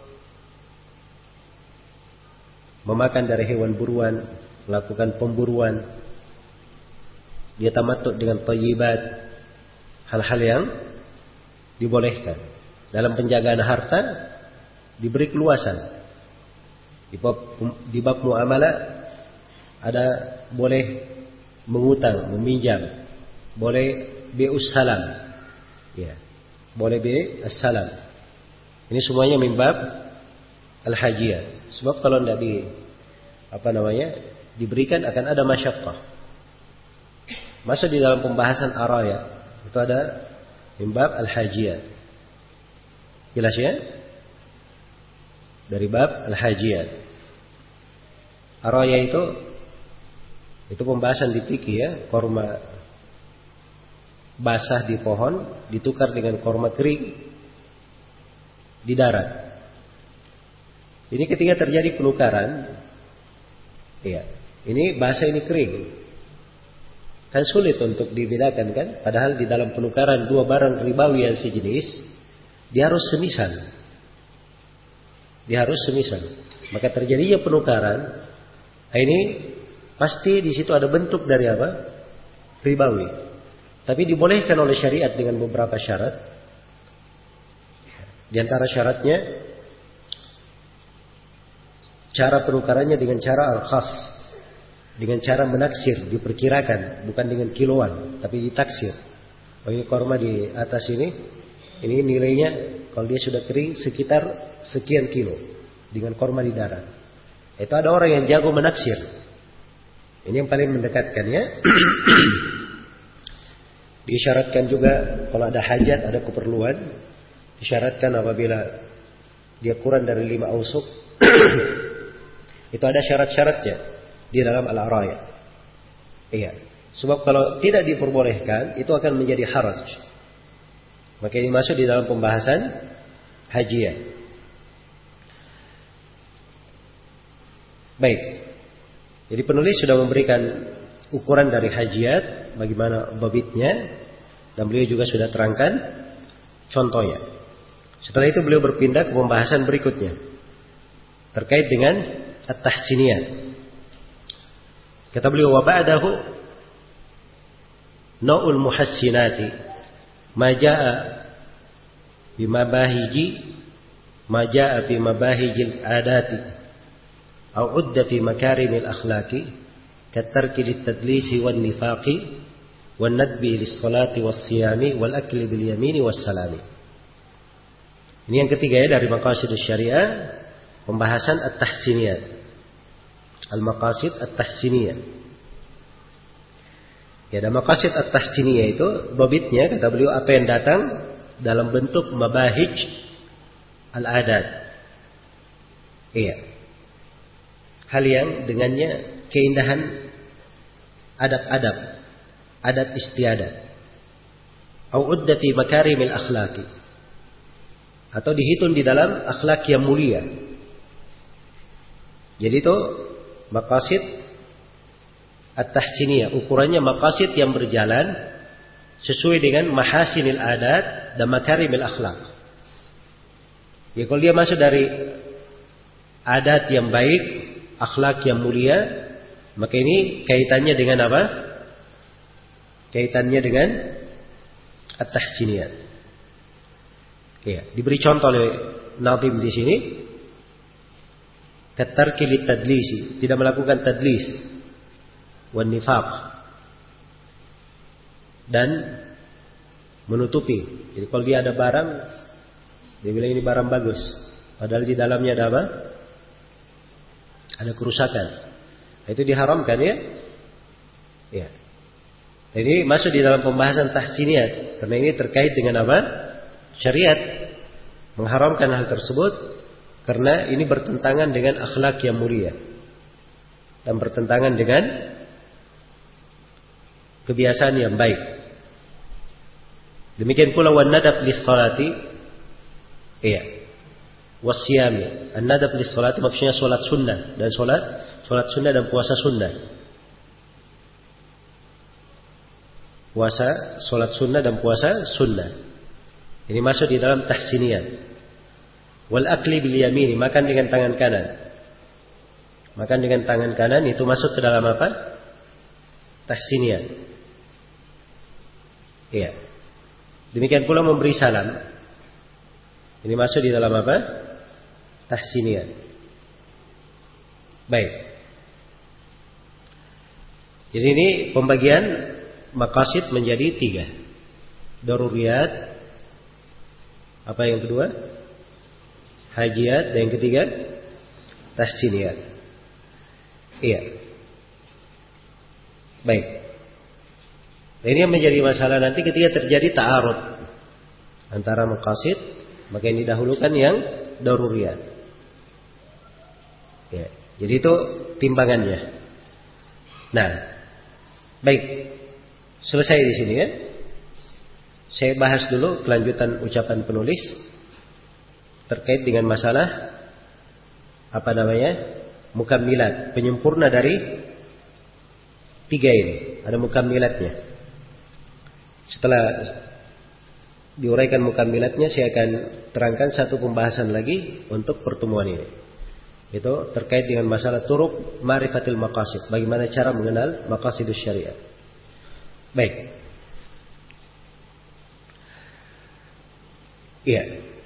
[SPEAKER 1] memakan dari hewan buruan, melakukan pemburuan, dia tamattu dengan thayyibat, hal-hal yang dibolehkan. Dalam penjagaan harta diberi keluasan. Di bab, di bab muamalah ada boleh mengutang, meminjam, boleh bi'us salam, ya, boleh bi'us salam. Ini semuanya min bab al-hajiyah. Sebab kalau tidak di apa namanya diberikan akan ada masyaqqah. Masuk di dalam pembahasan araya itu ada min bab al-hajiyah. Jelas ya? Dari bab al-hajiyah. Araya itu itu pembahasan di fikih ya, korma basah di pohon ditukar dengan korma kering di darat. Ini ketika terjadi penukaran, ya, ini basah ini kering, kan sulit untuk dibedakan kan? Padahal di dalam penukaran dua barang ribawi yang sejenis, dia harus semisal, dia harus semisal. Maka terjadinya penukaran, ini pasti di situ ada bentuk dari apa? Ribawi. Tapi dibolehkan oleh syariat dengan beberapa syarat. Di antara syaratnya, cara penukarannya dengan cara al-khas, dengan cara menaksir, diperkirakan, bukan dengan kiloan, tapi ditaksir. Oh, ini korma di atas ini, ini nilainya kalau dia sudah kering sekitar sekian kilo dengan korma di darat. Itu ada orang yang jago menaksir. Ini yang paling mendekatkan ya. Disyaratkan juga kalau ada hajat, ada keperluan, disyaratkan apabila dia kurang dari lima ausuk. Itu ada syarat-syaratnya di dalam al-araya. Iya. Sebab kalau tidak diperbolehkan, itu akan menjadi haraj. Maka ini masuk di dalam pembahasan hajiyah. Baik. Jadi penulis sudah memberikan ukuran dari hajiyat, bagaimana babitnya, dan beliau juga sudah terangkan contohnya. Setelah itu beliau berpindah ke pembahasan berikutnya terkait dengan at-tahsiniyat. Kata beliau, wa ba'dahu nau'ul muhassinati ma jaa'a bi mabahiji ma jaa'a bi mabahijil adati aw udda fi makarimil akhlaqi katarki lit-tadlisi wan nifaqi wan nadbi lis-salati was-siyami wal akli bil yamini was-salami. Ini yang ketiga ya dari maqasidus syariah, pembahasan at-tahsiniyat. Al-maqasid at-tahsiniyah. Ya, dan maqasid at-tahsiniyah itu babitnya kata beliau apa yang datang dalam bentuk mabahij al-adat. Iya. Hal yang dengannya keindahan adab-adab, adat istiadat. Au udda fi makarimil akhlaqi. Atau dihitung di dalam akhlak yang mulia. Jadi itu maqasid at-tahsiniyah, ukurannya maqasid yang berjalan sesuai dengan mahasinil adat dan makarimil akhlak. Ya, kalau dia masuk dari adat yang baik, akhlak yang mulia, maka ini kaitannya dengan apa? Kaitannya dengan at-tahsiniyah. Ya, diberi contoh oleh Nazim di sini. Katarki lit-tadlisi, tidak melakukan tadlis, wan nifaq, dan menutupi. Jadi kalau dia ada barang, dia bilang ini barang bagus, padahal di dalamnya ada apa? Ada kerusakan. Itu diharamkan ya. Ya. Jadi masuk di dalam pembahasan tahsiniyat, karena ini terkait dengan apa? Syariat mengharamkan hal tersebut. Karena ini bertentangan dengan akhlak yang mulia dan bertentangan dengan kebiasaan yang baik. Demikian pula wan nadab lis salati, iya, wasyami. An nadab lis salati maksudnya salat sunnah dan salat Sholat sunnah dan puasa sunnah. Puasa, sholat sunnah dan puasa sunnah. Ini masuk di dalam tahsiniyat. Wal akli bil yamini, makan dengan tangan kanan. Makan dengan tangan kanan itu masuk ke dalam apa? Tahsiniyat. Iya. Demikian pula memberi salam. Ini masuk di dalam apa? Tahsiniyat. Baik. Jadi ini pembagian maqasid menjadi tiga. Daruriyat. Apa yang kedua? Hajiyat. Dan yang ketiga? Tahsiniyat. Iya. Baik. Nah, ini yang menjadi masalah nanti ketika terjadi ta'arud antara maqasid, maka yang didahulukan yang daruriyat. Ya. Jadi itu timbangannya. Nah, baik. Selesai di sini ya. Saya bahas dulu kelanjutan ucapan penulis terkait dengan masalah apa namanya? Mukammilat, penyempurna dari tiga ini. Ada mukammilatnya. Setelah diuraikan mukammilatnya, saya akan terangkan satu pembahasan lagi untuk pertemuan ini. Itu terkait dengan masalah turuk ma'rifatil maqasid. Bagaimana cara mengenal maqasidus syariah. Baik. Iya.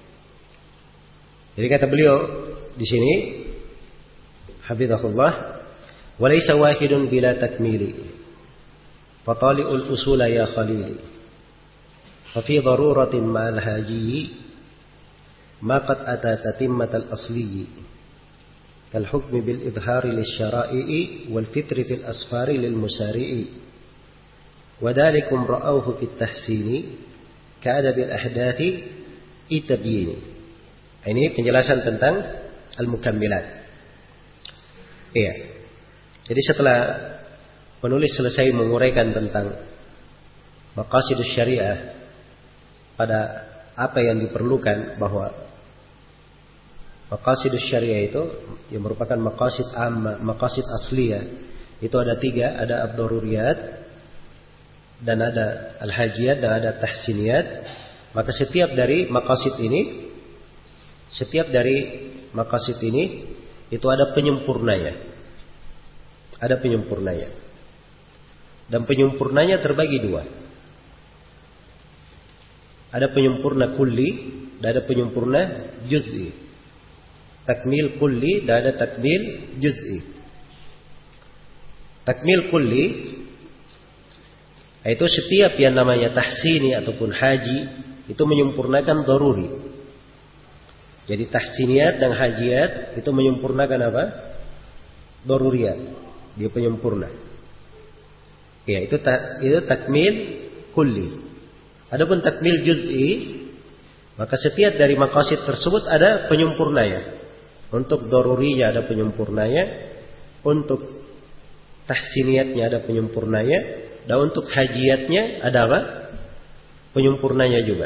[SPEAKER 1] Jadi kata beliau di sini, hafizahullah, walaysa wahidun bila takmili, fatali'ul usula ya khalili, fafi daruratin ma'al haji, ma qad ata tatimmatal asliyi, kal hukmi bil idhari lisyara'i wal fitri fil asfari lil musari'i, wadhalikum ra'awhu fit tahsini ka'adabil ahdathi itabyini. Ini penjelasan tentang al-mukammilat. Iya. Jadi setelah penulis selesai menguraikan tentang maqasidus syariah, pada apa yang diperlukan, bahwa maqasidus syariah itu yang merupakan maqasid amma, maqasid asliyah, itu ada tiga, ada ad-daruriyat, dan ada al-hajiyat, dan ada tahsiniyat. Maka setiap dari maqasid ini, setiap dari maqasid ini itu ada penyempurnanya. Ada penyempurnanya. Dan penyempurnanya terbagi dua. Ada penyempurna kulli dan ada penyempurna juz'i. Takmil kulli dan ada takmil juz'i. Takmil kulli itu setiap yang namanya tahsini ataupun haji itu menyempurnakan daruri. Jadi tahsiniyat dan hajiyat itu menyempurnakan apa? Daruriyat. Dia penyempurna. Ya, itu ta, itu takmil kulli. Adapun takmil juz'i, maka setiap dari maqasid tersebut ada penyempurnanya. Untuk darurinya ada penyempurnanya, untuk tahsiniyatnya ada penyempurnanya, dan untuk hajiyatnya ada apa? Penyempurnanya juga.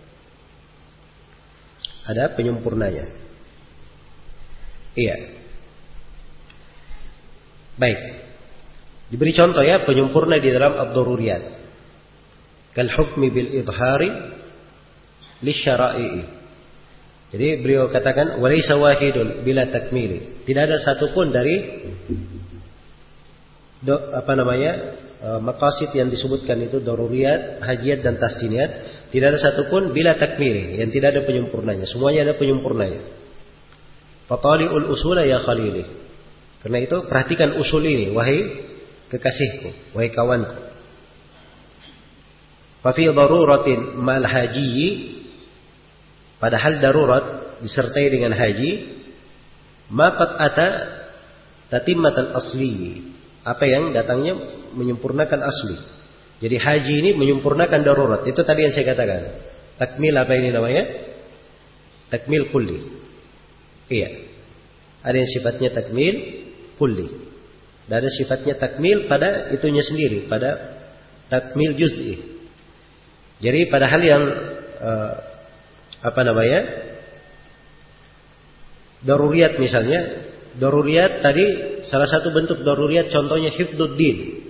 [SPEAKER 1] Ada penyempurnanya. Iya. Baik. Diberi contoh ya penyempurna di dalam ad-daruriyat. Kal hukmi bil idhari lisyara'i. Jadi beliau katakan walaysa wahidun bila takmili. Tidak ada satupun dari do, apa namanya? Uh, maqasid yang disebutkan itu daruriyat, hajiyat dan tahsiniyat, tidak ada satupun bila takmili, yang tidak ada penyempurnanya. Semuanya ada penyempurnanya. Fatali'ul usula ya khalili. Karena itu perhatikan usul ini, wahai kekasihku, wahai kawanku. Fa fi daruratin mal haji, padahal darurat disertai dengan haji, ma qad ata tatimmatal asli, apa yang datangnya menyempurnakan asli. Jadi haji ini menyempurnakan darurat. Itu tadi yang saya katakan. Takmil apa ini namanya? Takmil kulli. Iya. Ada yang sifatnya takmil kulli. Dan ada sifatnya takmil pada itunya sendiri, pada takmil juz'i. Jadi pada hal yang uh, apa namanya? Daruriyat misalnya, Daruriyat tadi salah satu bentuk daruriyat contohnya hifdzuddin.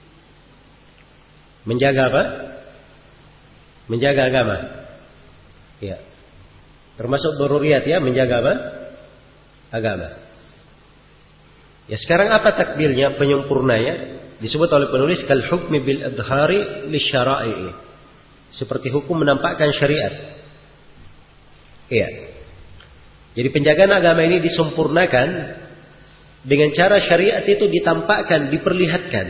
[SPEAKER 1] Menjaga apa? Menjaga agama. Ya. Termasuk daruriyat ya, menjaga apa? Agama. Ya, sekarang apa takdirnya, penyempurnanya? Disebut oleh penulis kal hukmi bil adhari lisyara'i. Seperti hukum menampakkan syariat. Iya. Jadi penjagaan agama ini disempurnakan dengan cara syariat itu ditampakkan, diperlihatkan.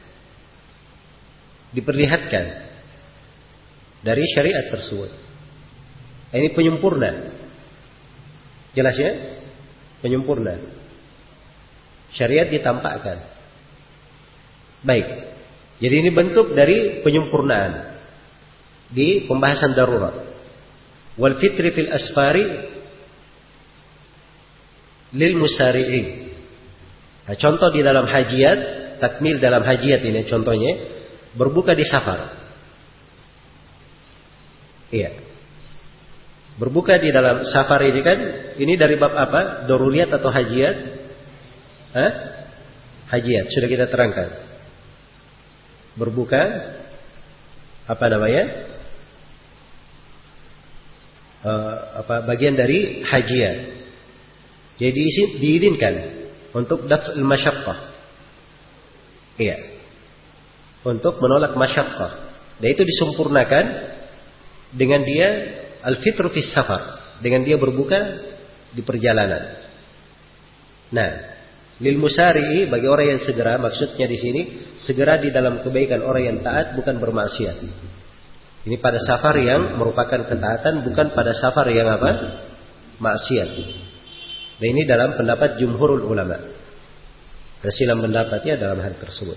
[SPEAKER 1] Diperlihatkan dari syariat tersebut. Ini penyempurna. Jelas ya? Penyempurna. Syariat ditampakkan. Baik. Jadi ini bentuk dari penyempurnaan di pembahasan darurat. Wal fitri fil asfari lil musari'in. Nah, contoh di dalam hajiat, takmil dalam hajiat ini contohnya, berbuka di safar. Iya. Berbuka di dalam safar ini kan, ini dari bab apa? Daruriyat atau hajiat? Hah? Hajiat, sudah kita terangkan. Berbuka, apa namanya? Uh, apa bagian dari hajiat. Jadi diizinkan untuk daf'ul masyaqqah. Iya. Untuk menolak masyaqqah. Dan itu disempurnakan dengan dia al-fitru fis safar, dengan dia berbuka di perjalanan. Nah, lil musari'i bagi orang yang segera, maksudnya di sini segera di dalam kebaikan, orang yang taat bukan bermaksiat. Ini pada safar yang merupakan ketaatan, bukan pada safar yang apa? Maksiat. Dan ini dalam pendapat jumhurul ulama. Tersilam pendapatnya dalam hal tersebut.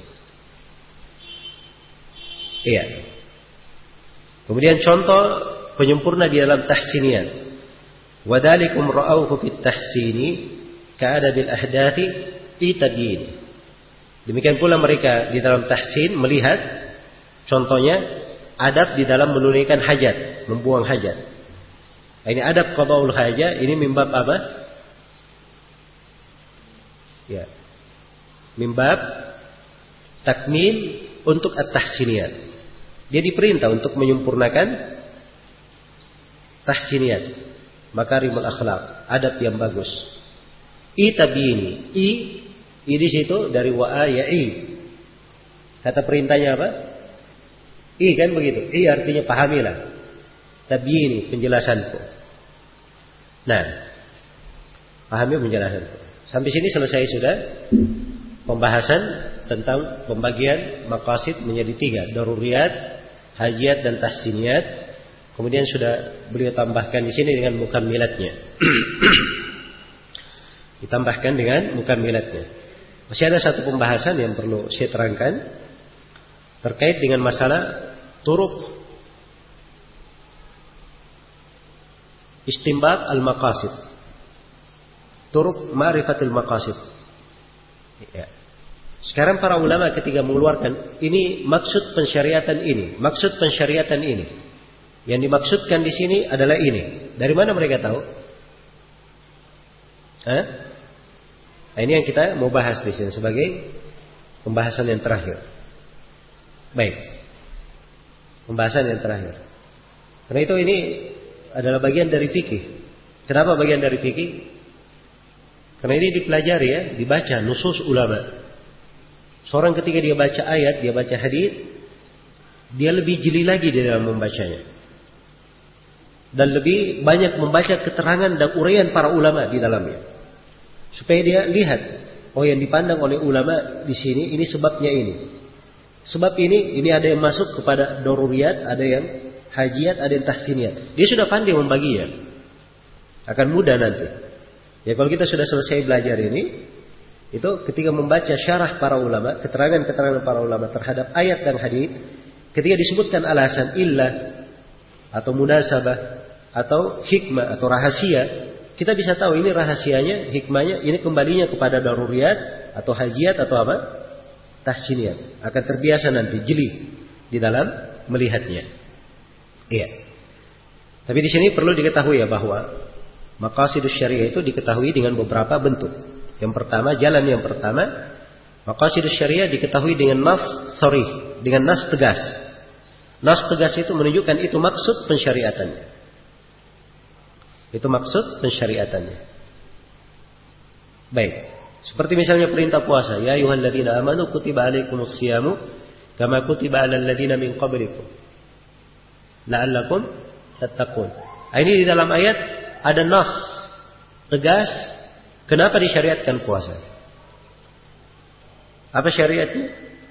[SPEAKER 1] Iya. Kemudian contoh penyempurna di dalam tahsiniyat. Wadalikum ra'auhu fit tahsini ka'adabil ahdathi itabyin. Demikian pula mereka di dalam tahsin melihat contohnya adab di dalam menunaikan hajat, membuang hajat. Ini adab qadaul hajat, ini mimbab apa? Ya. Mimbab takmil untuk at-tahsiniyat. Dia diperintah untuk menyempurnakan tahsiniyat, makarimul akhlak, adab yang bagus. I tabini, i i di situ dari wa'a ya i. Kata perintahnya apa? I kan begitu. I artinya pahamilah. Tabyini, penjelasanku. Nah, pahami penjelasanku. Sampai sini selesai sudah pembahasan tentang pembagian maqasid menjadi tiga. Daruriyat, hajiat, dan tahsiniyat. Kemudian sudah beliau tambahkan di sini dengan mukammilatnya. Ditambahkan dengan mukammilatnya. Masih ada satu pembahasan yang perlu saya terangkan terkait dengan masalah turuk istinbat al-maqasid. Turuk ma'rifatul maqasid. Ya. Sekarang para ulama ketika mengeluarkan ini maksud pensyariatan ini, maksud pensyariatan ini. Yang dimaksudkan di sini adalah ini. Dari mana mereka tahu? Hah? Nah, ini yang kita mau bahas di sini sebagai pembahasan yang terakhir. Baik. Pembahasan yang terakhir. Karena itu ini adalah bagian dari fikih. Kenapa bagian dari fikih? Karena ini dipelajari ya, dibaca nusus ulama. Seorang ketika dia baca ayat, dia baca hadis, dia lebih jeli lagi di dalam membacanya. Dan lebih banyak membaca keterangan dan uraian para ulama di dalamnya. Supaya dia lihat, oh yang dipandang oleh ulama di sini, ini sebabnya ini. Sebab ini, ini ada yang masuk kepada daruriyat, ada yang hajiat, ada yang tahsiniyat. Dia sudah pandai membaginya. Akan mudah nanti. Ya kalau kita sudah selesai belajar ini, itu ketika membaca syarah para ulama, keterangan-keterangan para ulama terhadap ayat dan hadis, ketika disebutkan alasan illah atau munasabah atau hikmah atau rahasia, kita bisa tahu ini rahasianya, hikmahnya, ini kembalinya kepada daruriyat atau hajiat atau apa? Tahsiniyat. Akan terbiasa nanti jeli di dalam melihatnya. Iya. Tapi di sini perlu diketahui ya bahwa maqasidus syariah itu diketahui dengan beberapa bentuk. Yang pertama, jalan yang pertama, maqasidus syariah diketahui dengan nas sharih, dengan nas tegas. Nas tegas itu menunjukkan itu maksud pensyariatannya. Itu maksud pensyariatannya. Baik. Seperti misalnya perintah puasa, ya ayyuhalladzina amanu kutiba alaikumus syiyamu kama kutiba alal ladzina min qablikum la'allakum tattaqun. Ini di dalam ayat ada nas tegas kenapa disyariatkan puasa. Apa syariatnya?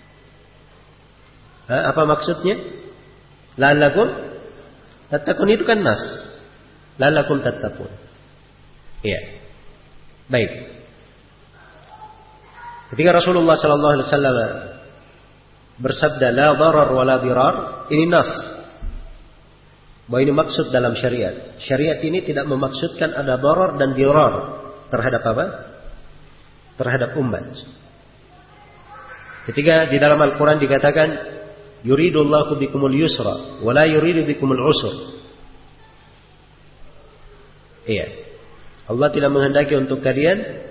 [SPEAKER 1] Ha, apa maksudnya? La'allakum tattaqun itu kan nas. La'allakum tattaqun. Iya. Baik. Ketika Rasulullah sallallahu alaihi wasallam bersabda la darar wa la dirar, ini nas. Bahwa ini maksud dalam syariat. Syariat ini tidak memaksudkan ada darar dan dirar terhadap apa? Terhadap umat. Ketika di dalam Al-Quran dikatakan yuridullahu bikumul yusra wa la yuridu bikumul usr. Iya. Allah tidak menghendaki untuk kalian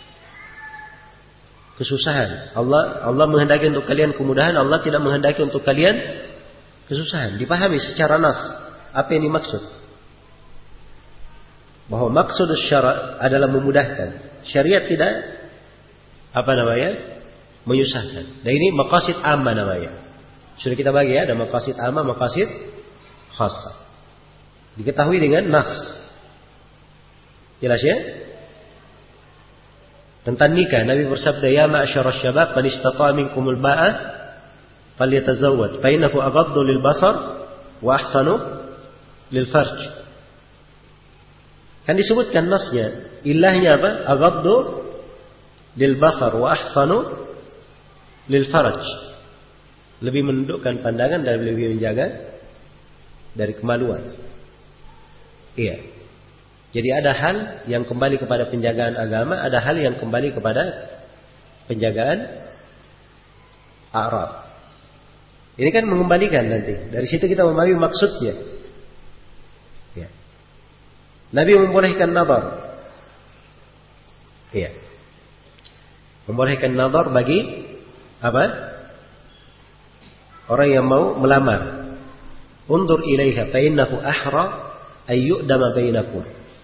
[SPEAKER 1] kesusahan. Allah Allah menghendaki untuk kalian kemudahan, Allah tidak menghendaki untuk kalian kesusahan. Dipahami secara nas apa yang dimaksud. Bahwa maksud syara' adalah memudahkan. Syariat tidak apa namanya? Menyusahkan. Dan ini maqasid amma namanya. Sudah kita bagi ya, ada maqasid amma, maqasid khassah. Diketahui dengan nas. Jelas ya? Tentang nikah, Nabi bersabda, ya ma'asyaras syabab man istata'a minkumul ba'a falyatazawwaj fa innahu aghaddu lil basar wa ahsanu lil farj. Kan disebutkan nasnya, ilahnya apa? Aghaddu lil basar wa ahsanu lil farj. Lebih menundukkan pandangan dan lebih menjaga dari kemaluan. Iya. Jadi ada hal yang kembali kepada penjagaan agama, ada hal yang kembali kepada penjagaan a'rad. Ini kan mengembalikan nanti. Dari situ kita memahami maksudnya. Ya. Nabi membolehkan nadhar. Iya. Membolehkan nadhar bagi apa? Orang yang mau melamar. Undur ilaiha fa innahu ahra ay yu'dama bainakum.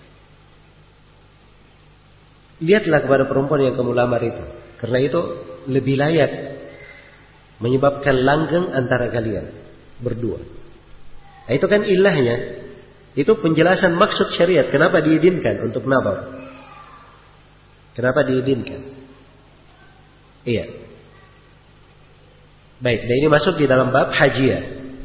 [SPEAKER 1] Lihatlah kepada perempuan yang kamu lamar itu. Karena itu lebih layak menyebabkan langgeng antara kalian berdua. Nah, itu kan ilahnya. Itu penjelasan maksud syariat. Kenapa diizinkan untuk nadhar? Kenapa diizinkan? Iya. Baik, dan ini masuk di dalam bab hajiyah.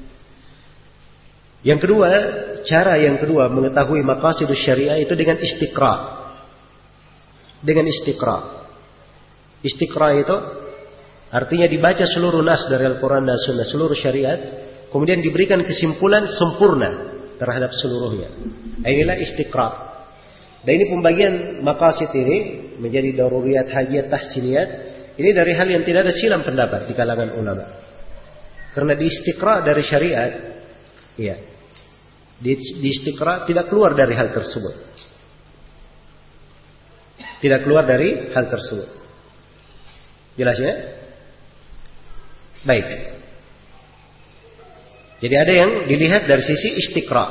[SPEAKER 1] Yang kedua, cara yang kedua mengetahui maqasidus syariah itu dengan istiqra'. Dengan istiqra. Istiqra itu artinya dibaca seluruh nas dari Al-Quran dan Sunnah, seluruh syariat, kemudian diberikan kesimpulan sempurna terhadap seluruhnya. Inilah istiqra. Dan ini pembagian maqasid ini menjadi daruriyat, hajiyat, tahsiniyat. Ini dari hal yang tidak ada silam pendapat di kalangan ulama. Karena di istiqra dari syariat, iya, di, di istiqra tidak keluar dari hal tersebut. Tidak keluar dari hal tersebut. Jelas ya? Baik. Jadi ada yang dilihat dari sisi istiqra.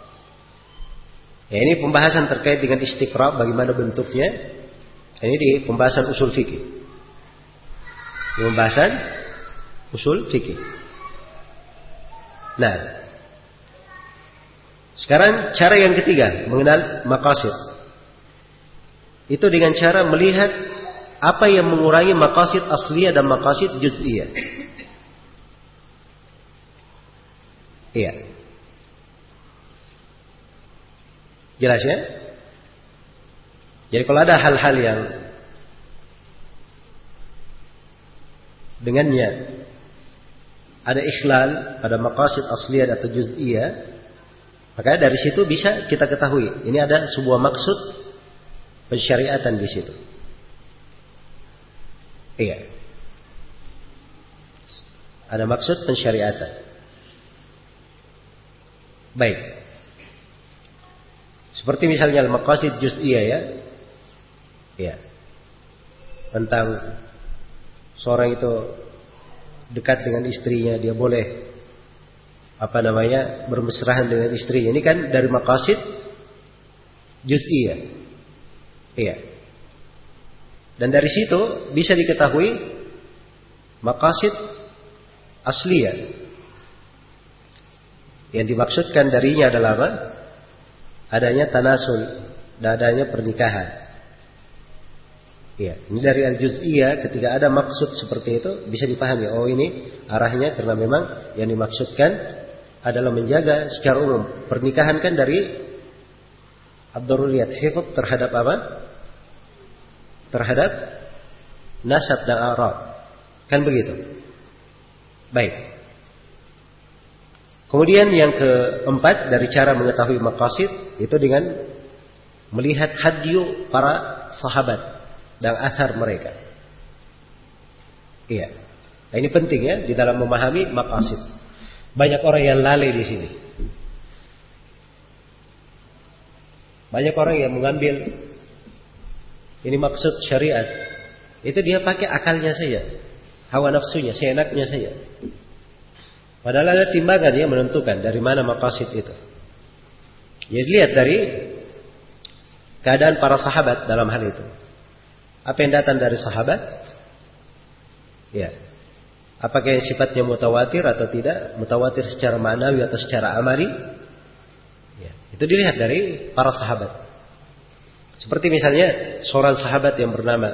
[SPEAKER 1] Ya, ini pembahasan terkait dengan istiqra, bagaimana bentuknya. Ini di pembahasan usul fikih. Di pembahasan usul fikih. Nah, sekarang cara yang ketiga mengenal maqasid. Itu dengan cara melihat apa yang mengurangi maqasid asliyah dan maqasid juz'iyah. Iya. Jelas ya? Jadi kalau ada hal-hal yang dengannya ada ikhlal pada maqasid asliyah atau juz'iyah, maka dari situ bisa kita ketahui ini ada sebuah maksud pensyariatan di situ. Iya. Ada maksud pensyariatan. Baik. Seperti misalnya al-maqasid juz'iyah ya. Iya. tentang seorang itu dekat dengan istrinya, dia boleh apa namanya bermesrahan dengan istrinya. Ini kan dari maqasid juz'iyah. Iya. Dan dari situ bisa diketahui maqasid asliyah. Yang dimaksudkan darinya adalah apa? Adanya tanasul dan adanya pernikahan. Ya, ini dari al-juz'iyah ketika ada maksud seperti itu bisa dipahami. Oh ini arahnya karena memang yang dimaksudkan adalah menjaga secara umum. Pernikahan kan dari ad-daruriyat, hifdz terhadap apa? Terhadap nasab dan a'rab. Kan begitu. Baik. Kemudian yang keempat dari cara mengetahui maqasid itu dengan melihat hadyu para sahabat dan athar mereka. Iya. Nah, ini penting ya di dalam memahami maqasid. Banyak orang yang lalai di sini. Banyak orang yang mengambil ini maksud syariat. Itu dia pakai akalnya saja, hawa nafsunya, seenaknya saja. Padahal ada timbangan yang menentukan dari mana maqasid itu. Ya dilihat dari keadaan para sahabat dalam hal itu. Apa yang datang dari sahabat? Ya. Apakah yang sifatnya mutawatir atau tidak? Mutawatir secara ma'nawi atau secara amali? Ya. Itu dilihat dari para sahabat. Seperti misalnya seorang sahabat yang bernama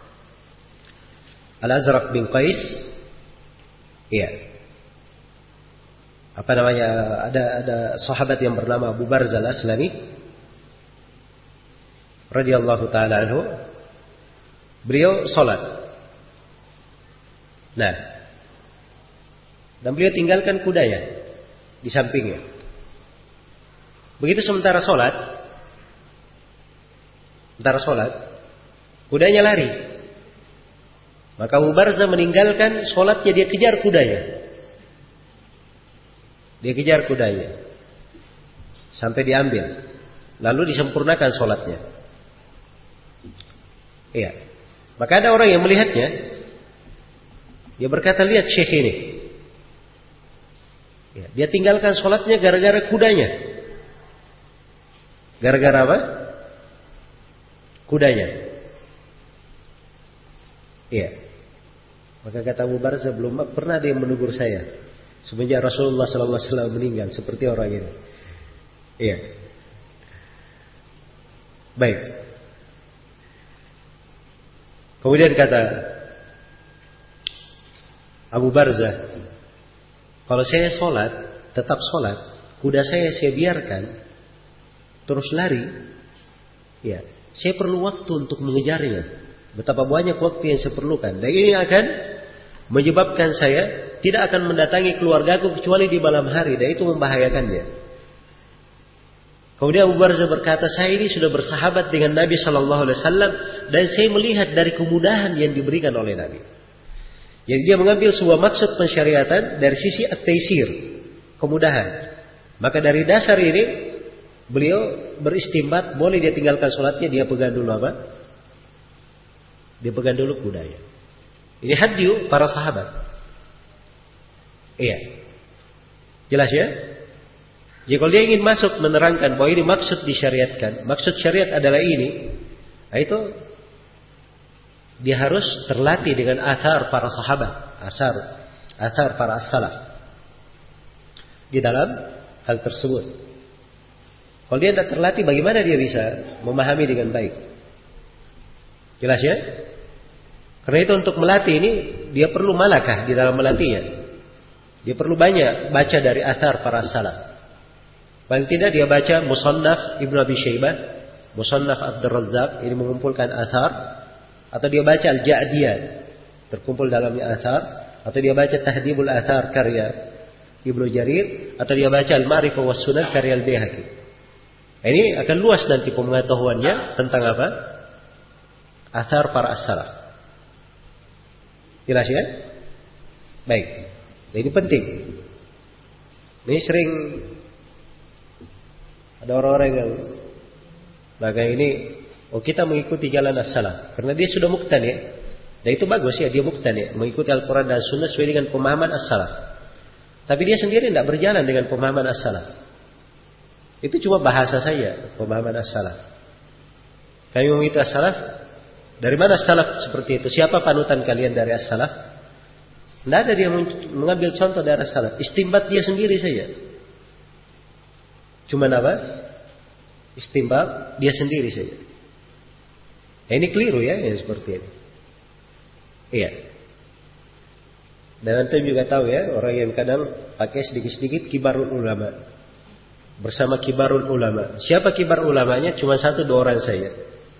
[SPEAKER 1] Al-Azraq bin Qais. Ya. Apa namanya? Ada ada sahabat yang bernama Abu Barzah Al-Aslami radhiyallahu taala anhu. Beliau sholat. Nah, dan beliau tinggalkan kudanya di sampingnya. Begitu sementara sholat, sementara sholat, kudanya lari. Maka Abu Barzah meninggalkan sholatnya, dia kejar kudanya. Dia kejar kudanya sampai diambil, lalu disempurnakan sholatnya. Iya. Maka ada orang yang melihatnya, dia berkata, lihat syekh ini. Ya, dia tinggalkan sholatnya gara-gara kudanya. Gara-gara apa? Kudanya. Iya. Maka kata Abu Barzah, belum pernah dia menegur saya semenjak Rasulullah sallallahu alaihi wasallam meninggal seperti orang ini. Iya. Baik. Kemudian kata Abu Barzah, kalau saya sholat, tetap sholat, kuda saya saya biarkan terus lari, ya, saya perlu waktu untuk mengejarnya. Betapa banyak waktu yang saya perlukan. Dan ini akan menyebabkan saya tidak akan mendatangi keluargaku kecuali di malam hari, dan itu membahayakannya. Kemudian Abu Barzah berkata, saya ini sudah bersahabat dengan Nabi Shallallahu Alaihi Wasallam dan saya melihat dari kemudahan yang diberikan oleh Nabi. Jadi dia mengambil sebuah maksud pensyariatan dari sisi at-taisir, kemudahan. Maka dari dasar ini beliau beristimbat, boleh dia tinggalkan sholatnya, dia pegang dulu apa? Dia pegang dulu kudanya. Ini hadyu para sahabat. Iya. Jelas ya? Jadi kalau dia ingin masuk menerangkan bahwa ini maksud disyariatkan, maksud syariat adalah ini, nah itu dia harus terlatih dengan athar para sahabat, asar, athar para as-salaf di dalam hal tersebut. Kalau dia tidak terlatih, bagaimana dia bisa memahami dengan baik? Jelas ya? Karena itu untuk melatih ini dia perlu malakah di dalam melatihnya. Dia perlu banyak baca dari athar para as-salaf. Paling tidak dia baca Musannaf Ibnu Abi Syaibah, Musannaf Abdur Razzaq, ini mengumpulkan athar, atau dia baca Al-Ja'diyah, terkumpul dalamnya athar, atau dia baca Tahdhibul Athar karya Ibnu Jarir, atau dia baca Al-Ma'rifah was Sunan karya Al-Baihaqi. Ini akan luas nanti pengetahuannya tentang apa? Athar para as-salaf. Jelas ya? Baik. Ini penting. Ini sering ada orang-orang yang bahkan ini, oh kita mengikuti jalan as-salaf karena dia sudah muqtani, Dan itu bagus ya, dia muqtani, mengikuti Al-Quran dan Sunnah sesuai dengan pemahaman as-salaf. Tapi dia sendiri tidak berjalan dengan pemahaman as-salaf. Itu cuma bahasa saya, pemahaman as-salaf. Kami mengikuti as-salaf. Dari mana as-salaf seperti itu? Siapa panutan kalian dari as-salaf? Tidak ada dia mengambil contoh dari as-salaf. Istimbat dia sendiri saja. Cuma apa? Istimbat dia sendiri saja. Nah, ini keliru ya, yang seperti ini. Iya. Dan antum juga tahu ya, orang yang kadang pakai sedikit-sedikit kibarul ulama. Bersama kibarul ulama. Siapa kibar ulamanya? Cuma satu dua orang saja.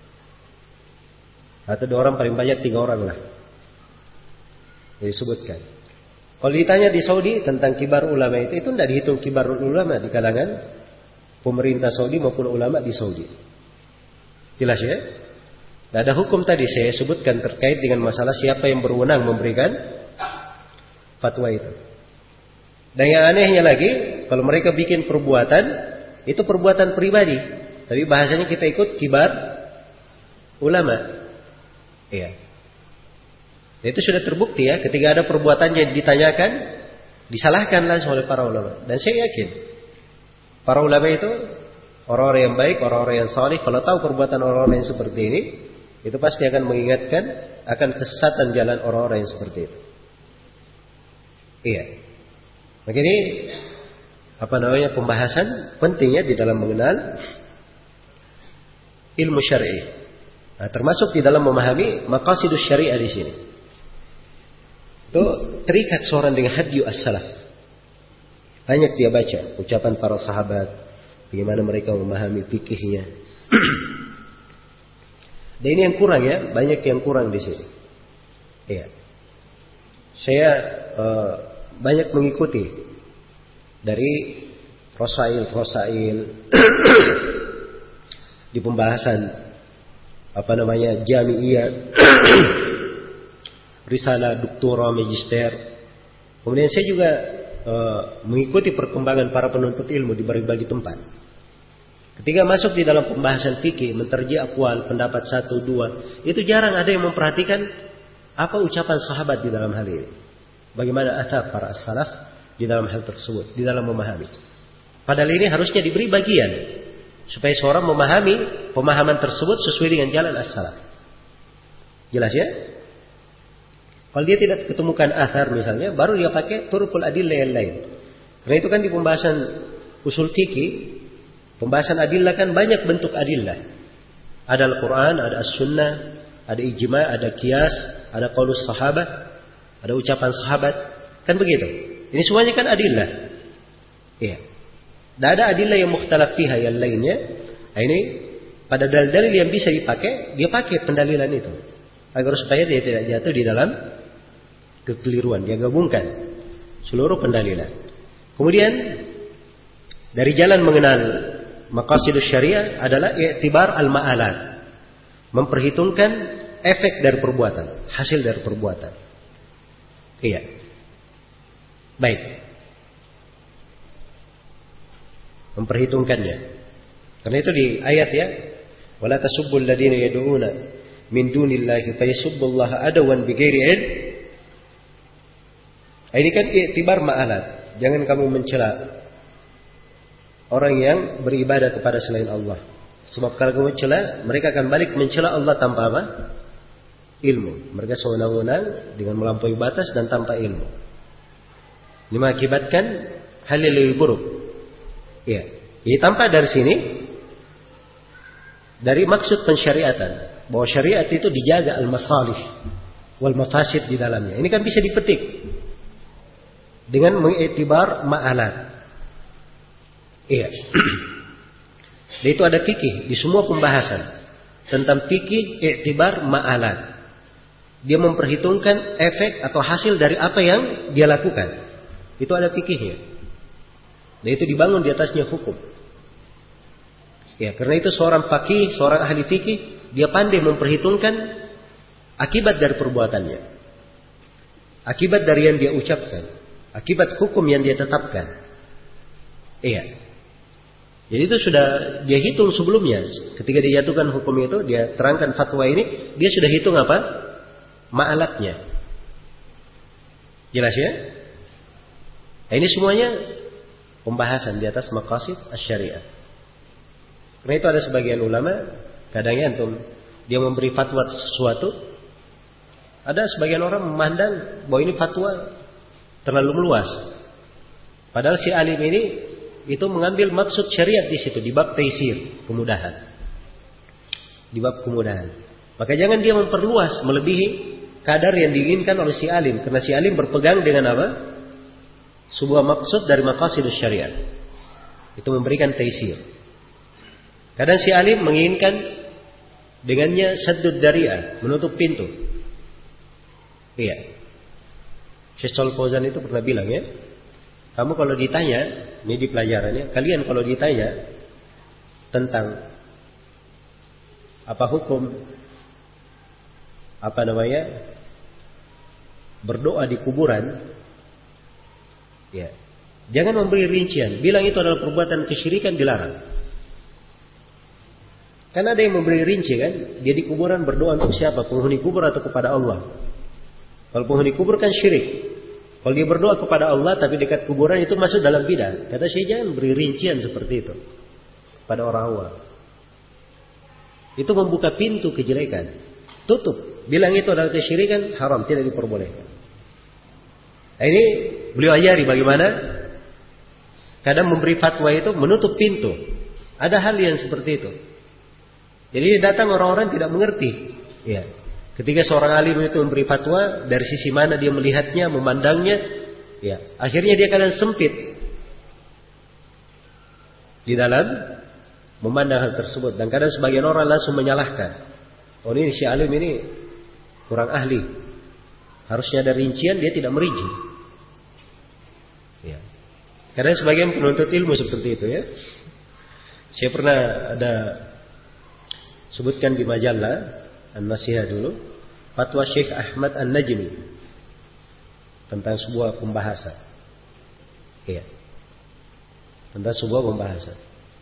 [SPEAKER 1] Atau dua orang, paling banyak tiga orang lah. Yang disebutkan. Kalau ditanya di Saudi tentang kibar ulama itu, itu tidak dihitung kibarul ulama di kalangan pemerintah Saudi maupun ulama di Saudi. Jelas ya? Tidak ada hukum tadi saya sebutkan terkait dengan masalah siapa yang berwenang memberikan fatwa itu. Dan yang anehnya lagi, kalau mereka bikin perbuatan, itu perbuatan pribadi. Tapi bahasanya kita ikut kibar ulama. Iya. Itu sudah terbukti ya, ketika ada perbuatan yang ditanyakan, disalahkan langsung oleh para ulama. Dan saya yakin, para ulama itu orang-orang yang baik, orang-orang yang saleh, kalau tahu perbuatan orang-orang yang seperti ini, itu pasti akan mengingatkan akan kesesatan jalan orang-orang yang seperti itu. Iya. Maka ini apa namanya pembahasan pentingnya di dalam mengenal ilmu syar'i. Nah, termasuk di dalam memahami maqasidus syariah di sini. Itu terikat seorang dengan hadyu as-salaf. Banyak dia baca ucapan para sahabat, bagaimana mereka memahami fikihnya. Dan ini yang kurang ya, banyak yang kurang di sini. Iya. Saya uh, banyak mengikuti dari rosail-rosail di pembahasan apa namanya jami'iyah, risalah, doktora, magister. Kemudian saya juga uh, mengikuti perkembangan para penuntut ilmu di berbagai tempat. Ketika masuk di dalam pembahasan fikih, menterji aqwal, pendapat satu, dua, itu jarang ada yang memperhatikan apa ucapan sahabat di dalam hal ini. Bagaimana athar para as-salaf di dalam hal tersebut, di dalam memahami. Padahal ini harusnya diberi bagian, supaya seorang memahami pemahaman tersebut sesuai dengan jalan as-salaf. Jelas ya? Kalau dia tidak ketemukan athar misalnya, baru dia pakai turukul adillah yang lain. Karena itu kan di pembahasan usul fikih, pembahasan adillah kan banyak bentuk adillah. Ada Al-Quran, ada As-Sunnah, ada ijma', ada qiyas, ada qaulus sahabat, ada ucapan sahabat. Kan begitu. Ini semuanya kan adillah. Iya. Dan ada adillah yang mukhtalaf fiha yang lainnya. Nah, ini pada dalil-dalil yang bisa dipakai, dia pakai pendalilan itu. Agar supaya dia tidak jatuh di dalam kekeliruan. Dia gabungkan seluruh pendalilan. Kemudian dari jalan mengenal maqasidus syariah adalah i'tibar al-ma'alat. Memperhitungkan efek dari perbuatan, hasil dari perbuatan. Iya. Baik. Memperhitungkannya. Karena itu di ayat ya, wala tasubbul ladina yad'una min dunillahi fayasubbullaha adawan bighairi ilm. Ini kan i'tibar ma'alat. Jangan kamu mencela orang yang beribadah kepada selain Allah. Sebab kalau kamu mencela, mereka akan balik mencela Allah tanpa apa? Ilmu. Mereka sewenang-wenang dengan melampaui batas dan tanpa ilmu. Ini mengakibatkan hal yang lebih buruk. Ya. Jadi tampak dari sini, dari maksud pensyariatan, bahwa syariat itu dijaga al-masalih wal mafasid di dalamnya. Ini kan bisa dipetik dengan mengiktibar ma'alat. Iya. Dan itu ada fikih di semua pembahasan tentang fikih i'tibar ma'alat. Dia memperhitungkan efek atau hasil dari apa yang dia lakukan. Itu ada fikihnya. Dan itu dibangun di atasnya hukum. Ya, karena itu seorang faqih, seorang ahli fikih, dia pandai memperhitungkan akibat dari perbuatannya. Akibat dari yang dia ucapkan. Akibat hukum yang dia tetapkan. Iya. Jadi itu sudah dia hitung sebelumnya. Ketika dia jatuhkan hukum itu, dia terangkan fatwa ini, dia sudah hitung apa? ma'alatnya. Jelas ya? Nah, ini semuanya pembahasan di atas maqasid asy-syariah. Karena itu ada sebagian ulama, kadangnya antum dia memberi fatwa sesuatu, ada sebagian orang memandang bahwa ini fatwa terlalu meluas. Padahal si alim ini itu mengambil maksud syariat di situ di bab taisir, kemudahan. Di bab kemudahan. Maka jangan dia memperluas melebihi kadar yang diinginkan oleh si alim, karena si alim berpegang dengan apa? Sebuah maksud dari maqasidus syariat. Itu memberikan taisir. Kadang si alim menginginkan dengannya saddud dari'ah, menutup pintu. Iya. Syekh Shalih Fauzan itu pernah bilang ya, kamu kalau ditanya, ini di pelajarannya, kalian kalau ditanya tentang apa hukum apa namanya berdoa di kuburan, ya, jangan memberi rincian, bilang itu adalah perbuatan kesyirikan, dilarang. Karena ada yang memberi rinci kan, dia di kuburan berdoa untuk siapa? Penghuni kubur atau kepada Allah? Kalau penghuni kubur kan syirik. Kalau dia berdoa kepada Allah tapi dekat kuburan, itu masuk dalam bidah. Kata Syekh, jangan beri rincian seperti itu pada orang awam. Itu membuka pintu kejelekan. Tutup. Bilang itu adalah kesyirikan, haram, tidak diperbolehkan. Nah, ini beliau ajari bagaimana kadang memberi fatwa itu menutup pintu. Ada hal yang seperti itu. Jadi datang orang-orang tidak mengerti. Ya. Ketika seorang alim itu memberi fatwa, dari sisi mana dia melihatnya, memandangnya, ya, akhirnya dia kadang sempit di dalam memandang hal tersebut. Dan kadang sebagian orang langsung menyalahkan. Oh, ini si alim ini kurang ahli. Harusnya ada rincian, dia tidak merinci. Ya. Karena sebagian penuntut ilmu seperti itu ya. Saya pernah ada sebutkan di majalah An-Nasihah dulu, fatwa Syekh Ahmad An-Najmi tentang sebuah pembahasan. Iya. Tentang sebuah pembahasan.